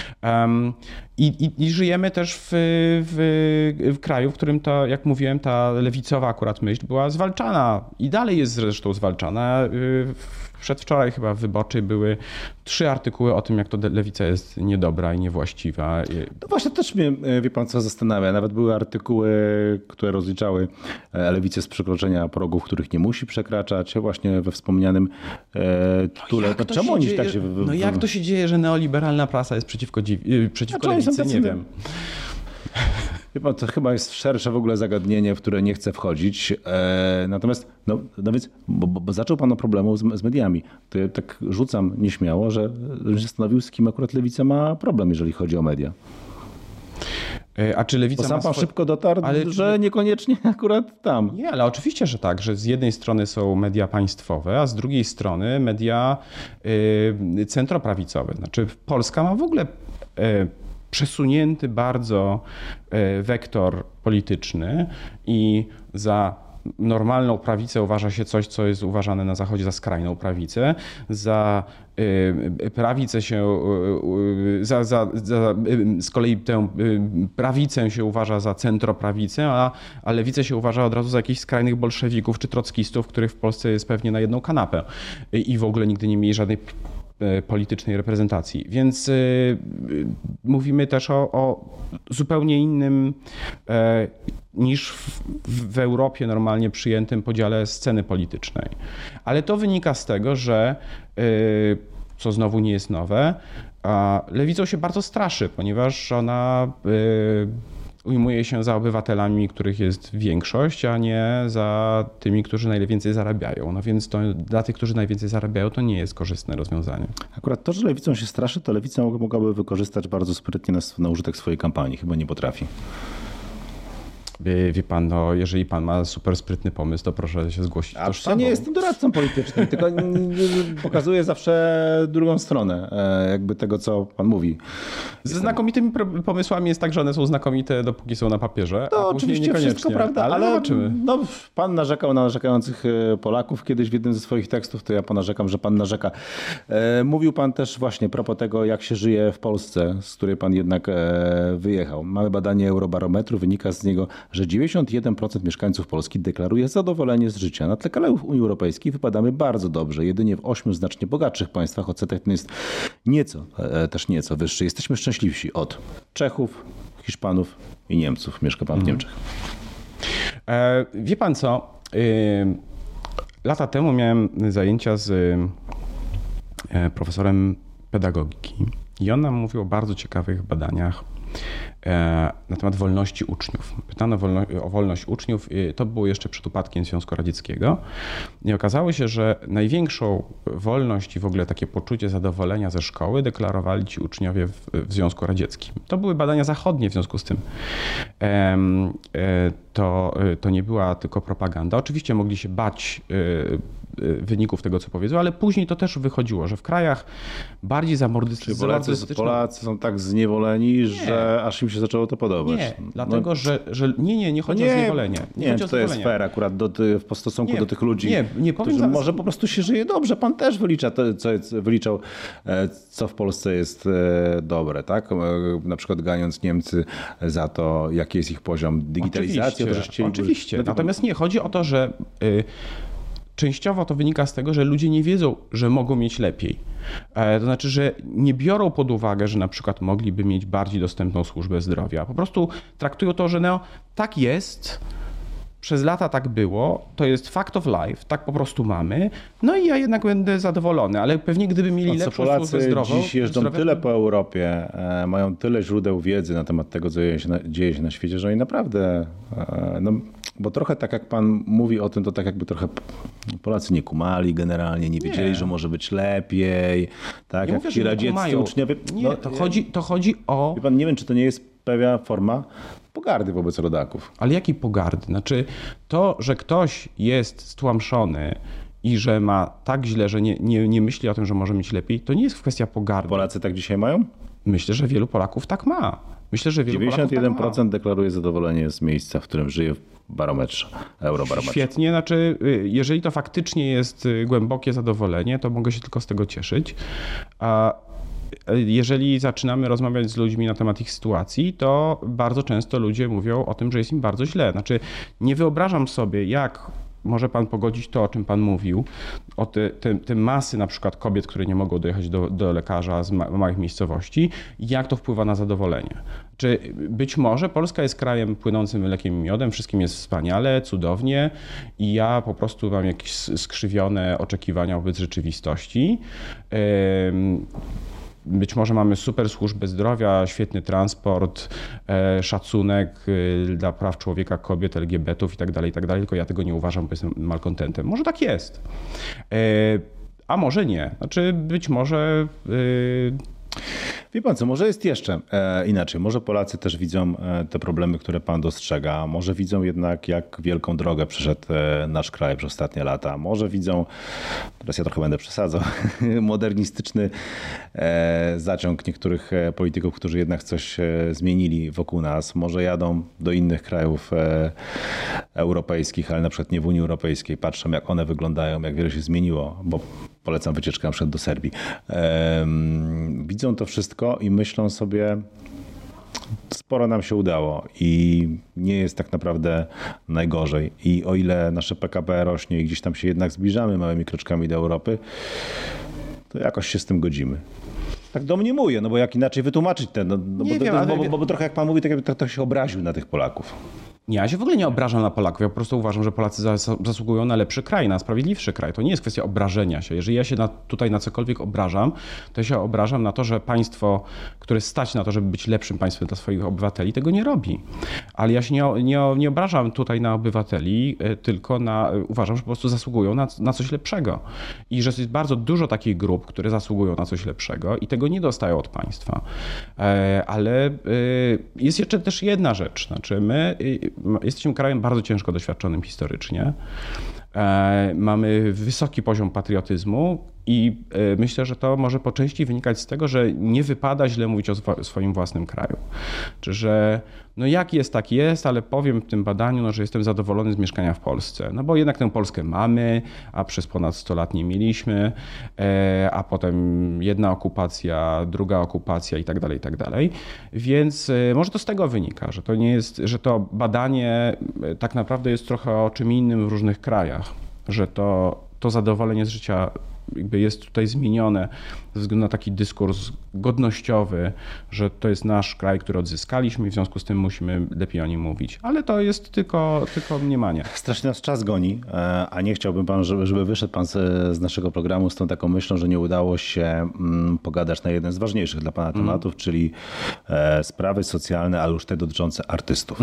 I żyjemy też w kraju, w którym ta, jak mówiłem, ta lewicowa akurat myśl była zwalczana i dalej jest zresztą zwalczana. Przedwczoraj chyba w Wyborczej były 3 artykuły o tym, jak to lewica jest niedobra i niewłaściwa. No właśnie też mnie, wie pan co, zastanawia. Nawet były artykuły, które rozliczały lewicę z przekroczenia progów, których nie musi przekraczać, właśnie we wspomnianym tytule. Czemu oni tak się... jak to się dzieje, że neoliberalna prasa jest przeciwko lewicy? Nie wiem. Wie pan, to chyba jest szersze w ogóle zagadnienie, w które nie chcę wchodzić. Natomiast, więc, bo zaczął pan o problemu z mediami. To ja tak rzucam nieśmiało, że zastanowił, z kim akurat lewica ma problem, jeżeli chodzi o media. A czy lewica bo sam pan szybko dotarł, że niekoniecznie akurat tam. Nie, ale oczywiście, że tak, że z jednej strony są media państwowe, a z drugiej strony media centroprawicowe. Znaczy Polska ma w ogóle przesunięty bardzo wektor polityczny i za normalną prawicę uważa się coś, co jest uważane na Zachodzie za skrajną prawicę. Za prawicę się, z kolei tę prawicę się uważa za centroprawicę, a lewicę się uważa od razu za jakichś skrajnych bolszewików czy trockistów, których w Polsce jest pewnie na jedną kanapę i w ogóle nigdy nie mieli żadnej politycznej reprezentacji. Więc mówimy też o zupełnie innym niż w Europie normalnie przyjętym podziale sceny politycznej. Ale to wynika z tego, że co znowu nie jest nowe, lewicą się bardzo straszy, ponieważ ona ujmuje się za obywatelami, których jest większość, a nie za tymi, którzy najwięcej zarabiają. No więc to dla tych, którzy najwięcej zarabiają, to nie jest korzystne rozwiązanie. Akurat to, że lewicą się straszy, to lewica mogłaby wykorzystać bardzo sprytnie na użytek swojej kampanii. Chyba nie potrafi. Wie pan, no, jeżeli pan ma super sprytny pomysł, to proszę się zgłosić do sztabu. Ja nie jestem doradcą politycznym, tylko pokazuję zawsze drugą stronę jakby tego, co pan mówi. Ze znakomitymi pomysłami jest tak, że one są znakomite, dopóki są na papierze, To a później oczywiście wszystko prawda, ale zobaczymy. no, pan narzekał na narzekających Polaków kiedyś w jednym ze swoich tekstów, to ja ponarzekam, że pan narzeka. Mówił pan też właśnie a propos tego, jak się żyje w Polsce, z której pan jednak wyjechał. Mamy badanie Eurobarometru, wynika z niego, że 91% mieszkańców Polski deklaruje zadowolenie z życia. Na tle krajów Unii Europejskiej wypadamy bardzo dobrze. Jedynie w 8 znacznie bogatszych państwach odsetek ten jest nieco wyższy. Jesteśmy szczęśliwsi od Czechów, Hiszpanów i Niemców. Mieszka pan w Niemczech. Wie pan co? Lata temu miałem zajęcia z profesorem pedagogiki i on nam mówił o bardzo ciekawych badaniach na temat wolności uczniów. Pytano o wolność uczniów, to było jeszcze przed upadkiem Związku Radzieckiego i okazało się, że największą wolność i w ogóle takie poczucie zadowolenia ze szkoły deklarowali ci uczniowie w Związku Radzieckim. To były badania zachodnie w związku z tym. To nie była tylko propaganda. Oczywiście mogli się bać wyników tego, co powiedzą, ale później to też wychodziło, że w krajach bardziej zamordystycznych... Polacy są tak zniewoleni, że aż im się zaczęło to podobać. Nie, dlatego, że nie chodzi o zniewolenie. Nie wiem, czy to jest fair akurat w stosunku do tych ludzi, którzy może po prostu się żyje dobrze. Pan też wyliczał, co w Polsce jest dobre, tak? Na przykład ganiąc Niemcy za to, jaki jest ich poziom digitalizacji. Oczywiście. Natomiast nie, chodzi o to, że częściowo to wynika z tego, że ludzie nie wiedzą, że mogą mieć lepiej. To znaczy, że nie biorą pod uwagę, że na przykład mogliby mieć bardziej dostępną służbę zdrowia. Po prostu traktują to, że no, tak jest, przez lata tak było, to jest fact of life, tak po prostu mamy, no i ja jednak będę zadowolony, ale pewnie gdyby mieli lepszą służbę zdrową... Polacy dziś jeżdżą tyle po Europie, mają tyle źródeł wiedzy na temat tego, co dzieje się na świecie, że oni naprawdę... No, bo trochę tak jak pan mówi o tym, to tak jakby trochę Polacy nie kumali generalnie, nie wiedzieli, że może być lepiej. Tak, nie jak mówię, ci radzieccy uczniowie... Nie, to chodzi o... Wie pan, nie wiem, czy to nie jest pewna forma pogardy wobec rodaków. Ale jakiej pogardy? Znaczy to, że ktoś jest stłamszony i że ma tak źle, że nie myśli o tym, że może mieć lepiej, to nie jest kwestia pogardy. Polacy tak dzisiaj mają? Myślę, że wielu Polaków tak ma. 91% deklaruje zadowolenie z miejsca, w którym żyje w barometrze, Eurobarometrze. Świetnie, znaczy jeżeli to faktycznie jest głębokie zadowolenie, to mogę się tylko z tego cieszyć. A jeżeli zaczynamy rozmawiać z ludźmi na temat ich sytuacji, to bardzo często ludzie mówią o tym, że jest im bardzo źle. Znaczy nie wyobrażam sobie, jak może pan pogodzić to, o czym pan mówił, o te masy na przykład kobiet, które nie mogą dojechać do lekarza z małych miejscowości, jak to wpływa na zadowolenie. Czy być może Polska jest krajem płynącym mlekiem i miodem, wszystkim jest wspaniale, cudownie i ja po prostu mam jakieś skrzywione oczekiwania wobec rzeczywistości. Być może mamy super służbę zdrowia, świetny transport, szacunek dla praw człowieka, kobiet, LGBT-ów i tak dalej, tylko ja tego nie uważam, bo jestem malkontentem. Może tak jest, a może nie. Znaczy być może... Wie pan co, może jest jeszcze inaczej. Może Polacy też widzą te problemy, które pan dostrzega. Może widzą jednak, jak wielką drogę przeszedł nasz kraj przez ostatnie lata. Może widzą, teraz ja trochę będę przesadzał, modernistyczny zaciąg niektórych polityków, którzy jednak coś zmienili wokół nas. Może jadą do innych krajów europejskich, ale na przykład nie w Unii Europejskiej. Patrzą, jak one wyglądają, jak wiele się zmieniło, bo polecam wycieczkę na przykład do Serbii. Widzą to wszystko i myślą sobie, sporo nam się udało i nie jest tak naprawdę najgorzej. I o ile nasze PKB rośnie i gdzieś tam się jednak zbliżamy małymi kroczkami do Europy, to jakoś się z tym godzimy. Tak domniemuję, no bo jak inaczej wytłumaczyć bo trochę jak pan mówi, tak jakby to się obraził na tych Polaków. Nie, ja się w ogóle nie obrażam na Polaków. Ja po prostu uważam, że Polacy zasługują na lepszy kraj, na sprawiedliwszy kraj. To nie jest kwestia obrażenia się. Jeżeli ja się tutaj na cokolwiek obrażam, to ja się obrażam na to, że państwo, które stać na to, żeby być lepszym państwem dla swoich obywateli, tego nie robi. Ale ja się nie obrażam tutaj na obywateli, tylko uważam, że po prostu zasługują na coś lepszego. I że jest bardzo dużo takich grup, które zasługują na coś lepszego i tego nie dostają od państwa. Ale jest jeszcze też jedna rzecz. Znaczy my jesteśmy krajem bardzo ciężko doświadczonym historycznie. Mamy wysoki poziom patriotyzmu i myślę, że to może po części wynikać z tego, że nie wypada źle mówić o swoim własnym kraju. Czy że no jak jest, tak jest, ale powiem w tym badaniu, no, że jestem zadowolony z mieszkania w Polsce. No bo jednak tę Polskę mamy, a przez ponad 100 lat nie mieliśmy, a potem jedna okupacja, druga okupacja i tak dalej, i tak dalej. Więc może to z tego wynika, że to nie jest, że to badanie tak naprawdę jest trochę o czym innym w różnych krajach, że to zadowolenie z życia jakby jest tutaj zmienione ze względu na taki dyskurs godnościowy, że to jest nasz kraj, który odzyskaliśmy i w związku z tym musimy lepiej o nim mówić. Ale to jest tylko mniemanie. Strasznie nas czas goni, a nie chciałbym pan, żeby wyszedł pan z naszego programu z tą taką myślą, że nie udało się pogadać na jeden z ważniejszych dla pana tematów, czyli sprawy socjalne, ale już te dotyczące artystów.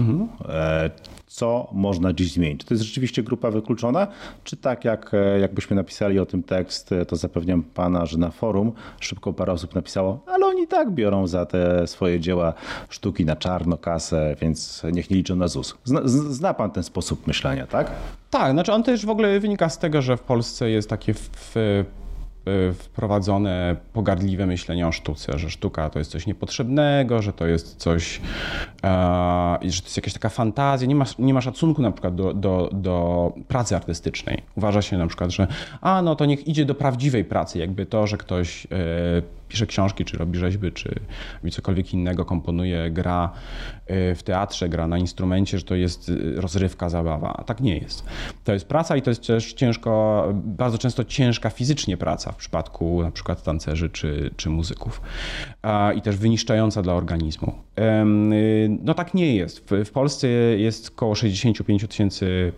Co można dziś zmienić? To jest rzeczywiście grupa wykluczona? Czy tak jakbyśmy napisali o tym tekst, to zapewniam pana, że na forum szybko parę osób napisało, ale oni tak biorą za te swoje dzieła sztuki na czarno kasę, więc niech nie liczą na ZUS. Zna pan ten sposób myślenia, tak? Tak, znaczy on też w ogóle wynika z tego, że w Polsce jest takie wprowadzone pogardliwe myślenie o sztuce, że sztuka to jest coś niepotrzebnego, że to jest coś, że to jest jakaś taka fantazja. Nie ma szacunku na przykład do pracy artystycznej. Uważa się na przykład, że no to niech idzie do prawdziwej pracy, jakby to, że ktoś pisze książki, czy robi rzeźby, czy robi cokolwiek innego, komponuje, gra w teatrze, gra na instrumencie, że to jest rozrywka, zabawa. A tak nie jest. To jest praca i to jest też bardzo często ciężka fizycznie praca w przypadku na przykład tancerzy czy muzyków. I też wyniszczająca dla organizmu. No tak nie jest. W Polsce jest około 65 tysięcy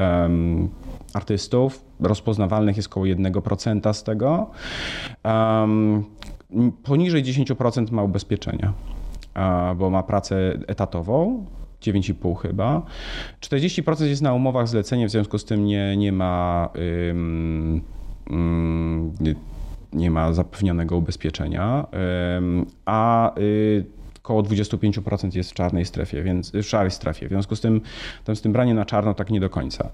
artystów. Rozpoznawalnych jest około 1% z tego. Poniżej 10% ma ubezpieczenia, bo ma pracę etatową, 9,5 chyba. 40% jest na umowach zlecenia, w związku z tym nie ma zapewnionego ubezpieczenia, a około 25% jest w czarnej strefie, w szarej strefie. W związku z tym branie na czarno tak nie do końca.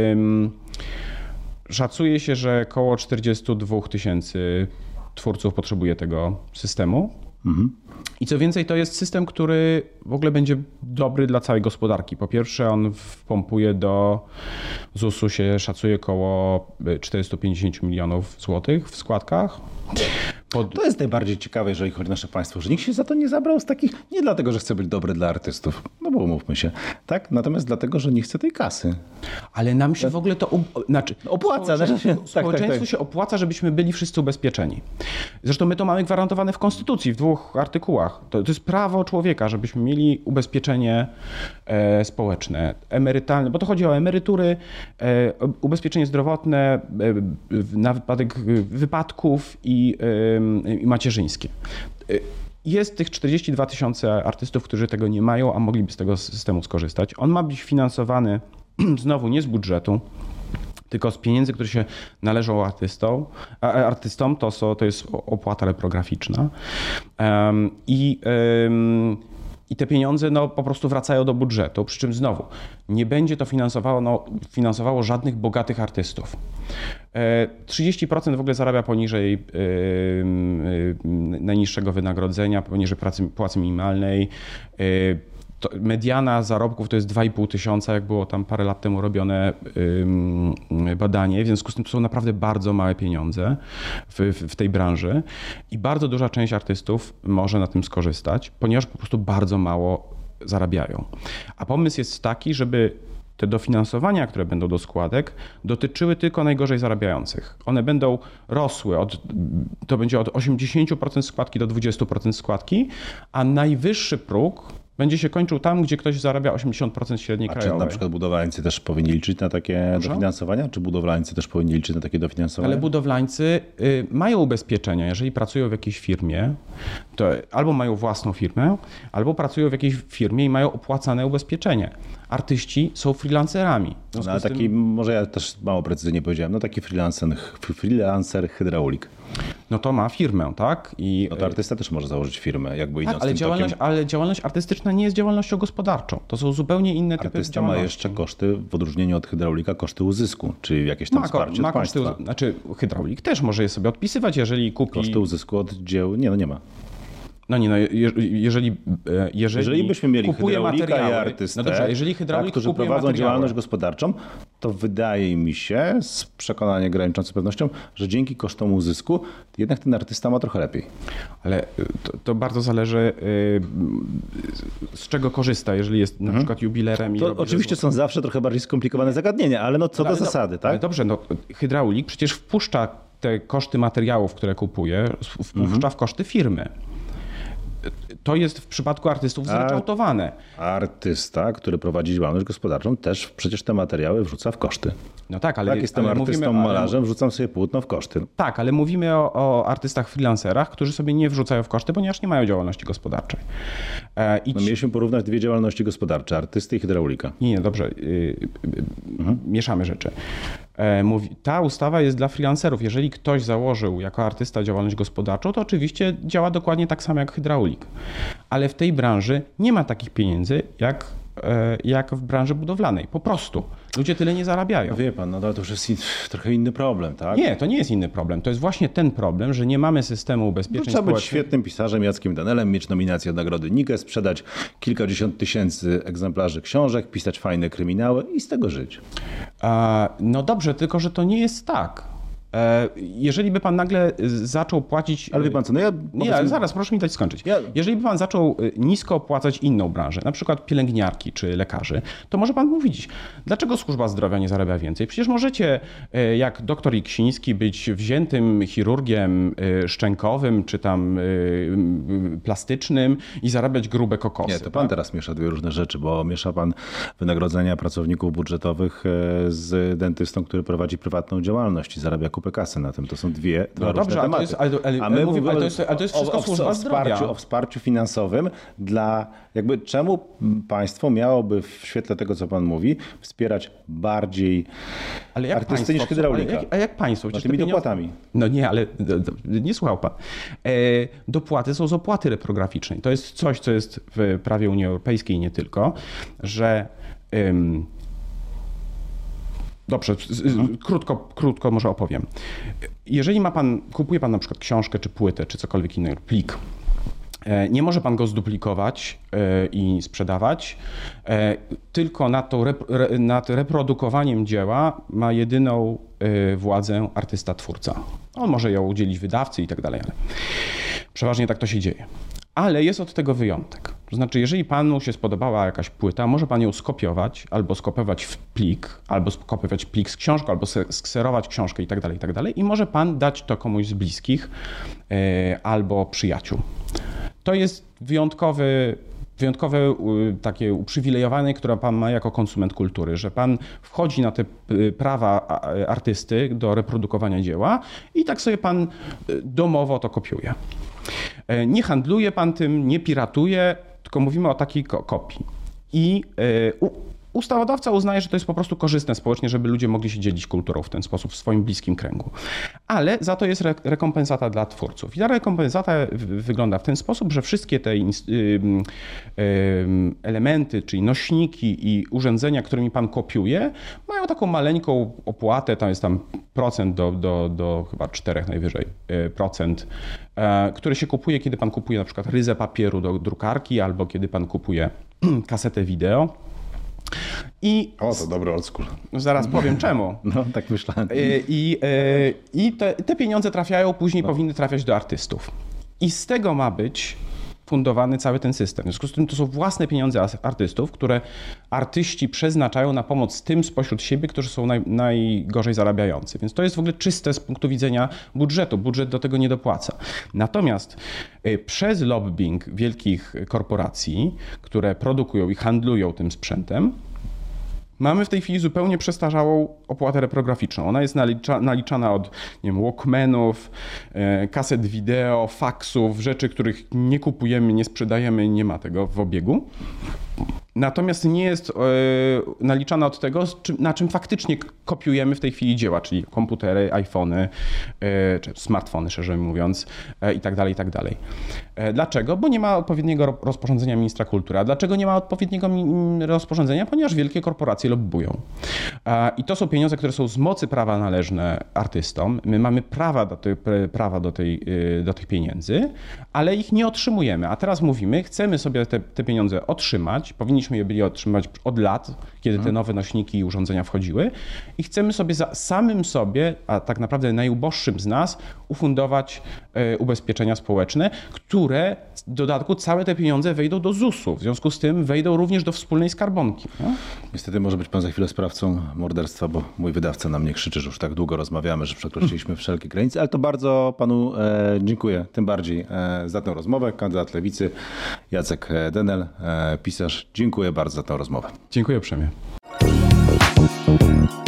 Szacuje się, że około 42 tysięcy twórców potrzebuje tego systemu. I co więcej, to jest system, który w ogóle będzie dobry dla całej gospodarki. Po pierwsze, on wpompuje do ZUS-u się szacuje około 450 milionów złotych w składkach. To jest najbardziej ciekawe, jeżeli chodzi o nasze państwo, że nikt się za to nie zabrał z takich, nie dlatego, że chce być dobry dla artystów, no bo umówmy się, tak? Natomiast dlatego, że nie chce tej kasy. Ale nam się w ogóle to opłaca. Społeczeństwu się opłaca, żebyśmy byli wszyscy ubezpieczeni. Zresztą my to mamy gwarantowane w Konstytucji, w 2 artykułach. To jest prawo człowieka, żebyśmy mieli ubezpieczenie społeczne, emerytalne, bo to chodzi o emerytury, ubezpieczenie zdrowotne na wypadek wypadków i macierzyńskie. Jest tych 42 tysiące artystów, którzy tego nie mają, a mogliby z tego systemu skorzystać. On ma być finansowany znowu nie z budżetu, tylko z pieniędzy, które się należą artystom, to jest opłata reprograficzna. I te pieniądze po prostu wracają do budżetu, przy czym znowu nie będzie to finansowało żadnych bogatych artystów. 30% w ogóle zarabia poniżej najniższego wynagrodzenia, poniżej płacy minimalnej. Mediana zarobków to jest 2,5 tysiąca, jak było tam parę lat temu robione badanie. W związku z tym to są naprawdę bardzo małe pieniądze w tej branży i bardzo duża część artystów może na tym skorzystać, ponieważ po prostu bardzo mało zarabiają. A pomysł jest taki, żeby te dofinansowania, które będą do składek, dotyczyły tylko najgorzej zarabiających. One będą rosły, to będzie od 80% składki do 20% składki, a najwyższy próg będzie się kończył tam, gdzie ktoś zarabia 80% średniej krajowej. Czy na przykład budowlańcy też powinni liczyć na takie dofinansowania? Czy budowlańcy też powinni liczyć na takie dofinansowania? Ale budowlańcy mają ubezpieczenia. Jeżeli pracują w jakiejś firmie, to albo mają własną firmę, albo pracują w jakiejś firmie i mają opłacane ubezpieczenie. artyści są freelancerami. No, ale taki, może ja też mało precyzyjnie powiedziałem, no taki freelancer hydraulik. No to ma firmę, tak? No to artysta też może założyć firmę, jakby idąc ale tym tokiem. ale działalność artystyczna nie jest działalnością gospodarczą. To są zupełnie inne typy Artysta działalności. ma jeszcze koszty, w odróżnieniu od hydraulika, koszty uzysku, czyli jakieś tam wsparcie od państwa. Znaczy hydraulik też może je sobie odpisywać, jeżeli kupi... Koszty uzysku od dzieł, nie ma. No nie, no jeżeli byśmy mieli kupuje hydraulika materiały, i artystę, no dobrze, jeżeli hydraulik którzy kupuje prowadzą materiały, działalność gospodarczą, to wydaje mi się, z przekonaniem graniczącym z pewnością, że dzięki kosztom uzysku jednak ten artysta ma trochę lepiej. Ale to bardzo zależy, z czego korzysta, jeżeli jest na przykład jubilerem. To oczywiście są zawsze trochę bardziej skomplikowane zagadnienia, ale no co do zasady, tak? Ale dobrze, no hydraulik przecież wpuszcza te koszty materiałów, które kupuje, wpuszcza w koszty firmy. To jest w przypadku artystów zryczałtowane. Artysta, który prowadzi działalność gospodarczą, też przecież te materiały wrzuca w koszty. No tak, ale jak jestem artystą, malarzem, wrzucam sobie płótno w koszty. Tak, ale mówimy o artystach freelancerach, którzy sobie nie wrzucają w koszty, ponieważ nie mają działalności gospodarczej. Mieliśmy porównać dwie działalności gospodarcze, artysty i hydraulika. Nie, dobrze. Mieszamy rzeczy. Ta ustawa jest dla freelancerów. Jeżeli ktoś założył jako artysta działalność gospodarczą, to oczywiście działa dokładnie tak samo jak hydraulik. Ale w tej branży nie ma takich pieniędzy jak w branży budowlanej. Po prostu. Ludzie tyle nie zarabiają. No wie pan, no ale to już jest trochę inny problem, tak? Nie, to nie jest inny problem. To jest właśnie ten problem, że nie mamy systemu ubezpieczeń Trzeba społecznych. być świetnym pisarzem Jackiem Denelem, mieć nominację do Nagrody Nike, sprzedać kilkadziesiąt tysięcy egzemplarzy książek, pisać fajne kryminały i z tego żyć. No dobrze, tylko że to nie jest tak. Jeżeli by pan nagle zaczął płacić... Ale wie pan co, no ja... Nie, ale zaraz, proszę mi dać skończyć. Jeżeli by pan zaczął nisko opłacać inną branżę, na przykład pielęgniarki czy lekarzy, to może pan mówić, dlaczego służba zdrowia nie zarabia więcej? Przecież możecie, jak doktor Iksiński, być wziętym chirurgiem szczękowym czy tam plastycznym i zarabiać grube kokosy. Nie, to pan teraz miesza dwie różne rzeczy, bo miesza pan wynagrodzenia pracowników budżetowych z dentystą, który prowadzi prywatną działalność i zarabia kupę kasy na tym. To są dwa różne tematy. A my mówimy, ale to jest wszystko służba zdrowia. O wsparciu finansowym dla... Jakby czemu państwo miałoby w świetle tego, co pan mówi, wspierać bardziej artystę niż hydraulika? A jak państwo? No tymi dopłatami. No nie, ale nie słuchał pan. Dopłaty są z opłaty reprograficznej. To jest coś, co jest w prawie Unii Europejskiej i nie tylko, że... Dobrze, krótko może opowiem. Jeżeli kupuje pan na przykład książkę, czy płytę, czy cokolwiek innego, plik, nie może pan go zduplikować i sprzedawać, tylko nad reprodukowaniem dzieła ma jedyną władzę artysta-twórca. On może ją udzielić wydawcy i tak dalej, ale przeważnie tak to się dzieje. Ale jest od tego wyjątek. To znaczy, jeżeli panu się spodobała jakaś płyta, może pan ją skopiować, albo skopiować w plik, albo skopiować plik z książką, albo skserować książkę i tak dalej, i może pan dać to komuś z bliskich albo przyjaciół. To jest wyjątkowe takie uprzywilejowane, które pan ma jako konsument kultury, że pan wchodzi na te prawa artysty do reprodukowania dzieła i tak sobie pan domowo to kopiuje. Nie handluje pan tym, nie piratuje, tylko mówimy o takiej kopii. I ustawodawca uznaje, że to jest po prostu korzystne społecznie, żeby ludzie mogli się dzielić kulturą w ten sposób w swoim bliskim kręgu. Ale za to jest rekompensata dla twórców. I ta rekompensata wygląda w ten sposób, że wszystkie te elementy, czyli nośniki i urządzenia, którymi pan kopiuje, mają taką maleńką opłatę, tam jest procent do chyba 4 najwyżej procent, które się kupuje, kiedy pan kupuje na przykład ryzę papieru do drukarki albo kiedy pan kupuje kasetę wideo. To dobry old school. Zaraz powiem czemu. No, tak myślałem. I te pieniądze powinny trafiać do artystów. I z tego ma być fundowany cały ten system. W związku z tym to są własne pieniądze artystów, które artyści przeznaczają na pomoc tym spośród siebie, którzy są najgorzej zarabiający. Więc to jest w ogóle czyste z punktu widzenia budżetu. Budżet do tego nie dopłaca. Natomiast przez lobbying wielkich korporacji, które produkują i handlują tym sprzętem, mamy w tej chwili zupełnie przestarzałą opłatę reprograficzną. Ona jest naliczana od Walkmanów, kaset wideo, faksów, rzeczy, których nie kupujemy, nie sprzedajemy, nie ma tego w obiegu. Natomiast nie jest naliczana od tego, na czym faktycznie kopiujemy w tej chwili dzieła, czyli komputery, iPhony, czy smartfony, szerzej mówiąc, i tak dalej, i tak dalej. Dlaczego? Bo nie ma odpowiedniego rozporządzenia ministra kultury. A dlaczego nie ma odpowiedniego rozporządzenia? Ponieważ wielkie korporacje lobbują. I to są pieniądze, które są z mocy prawa należne artystom. My mamy prawa do tych pieniędzy, ale ich nie otrzymujemy. A teraz mówimy, chcemy sobie te pieniądze otrzymać, powinniśmy je byli otrzymać od lat, kiedy te nowe nośniki i urządzenia wchodziły i chcemy sobie samym sobie, a tak naprawdę najuboższym z nas, ufundować ubezpieczenia społeczne, które w dodatku całe te pieniądze wejdą do ZUS-u. W związku z tym wejdą również do wspólnej skarbonki. No? Niestety może być pan za chwilę sprawcą morderstwa, bo mój wydawca na mnie krzyczy, że już tak długo rozmawiamy, że przekroczyliśmy wszelkie granice, ale to bardzo panu dziękuję, tym bardziej za tę rozmowę. Kandydat Lewicy Jacek Denel, pisarz. Dziękuję bardzo za tę rozmowę. Dziękuję uprzejmie.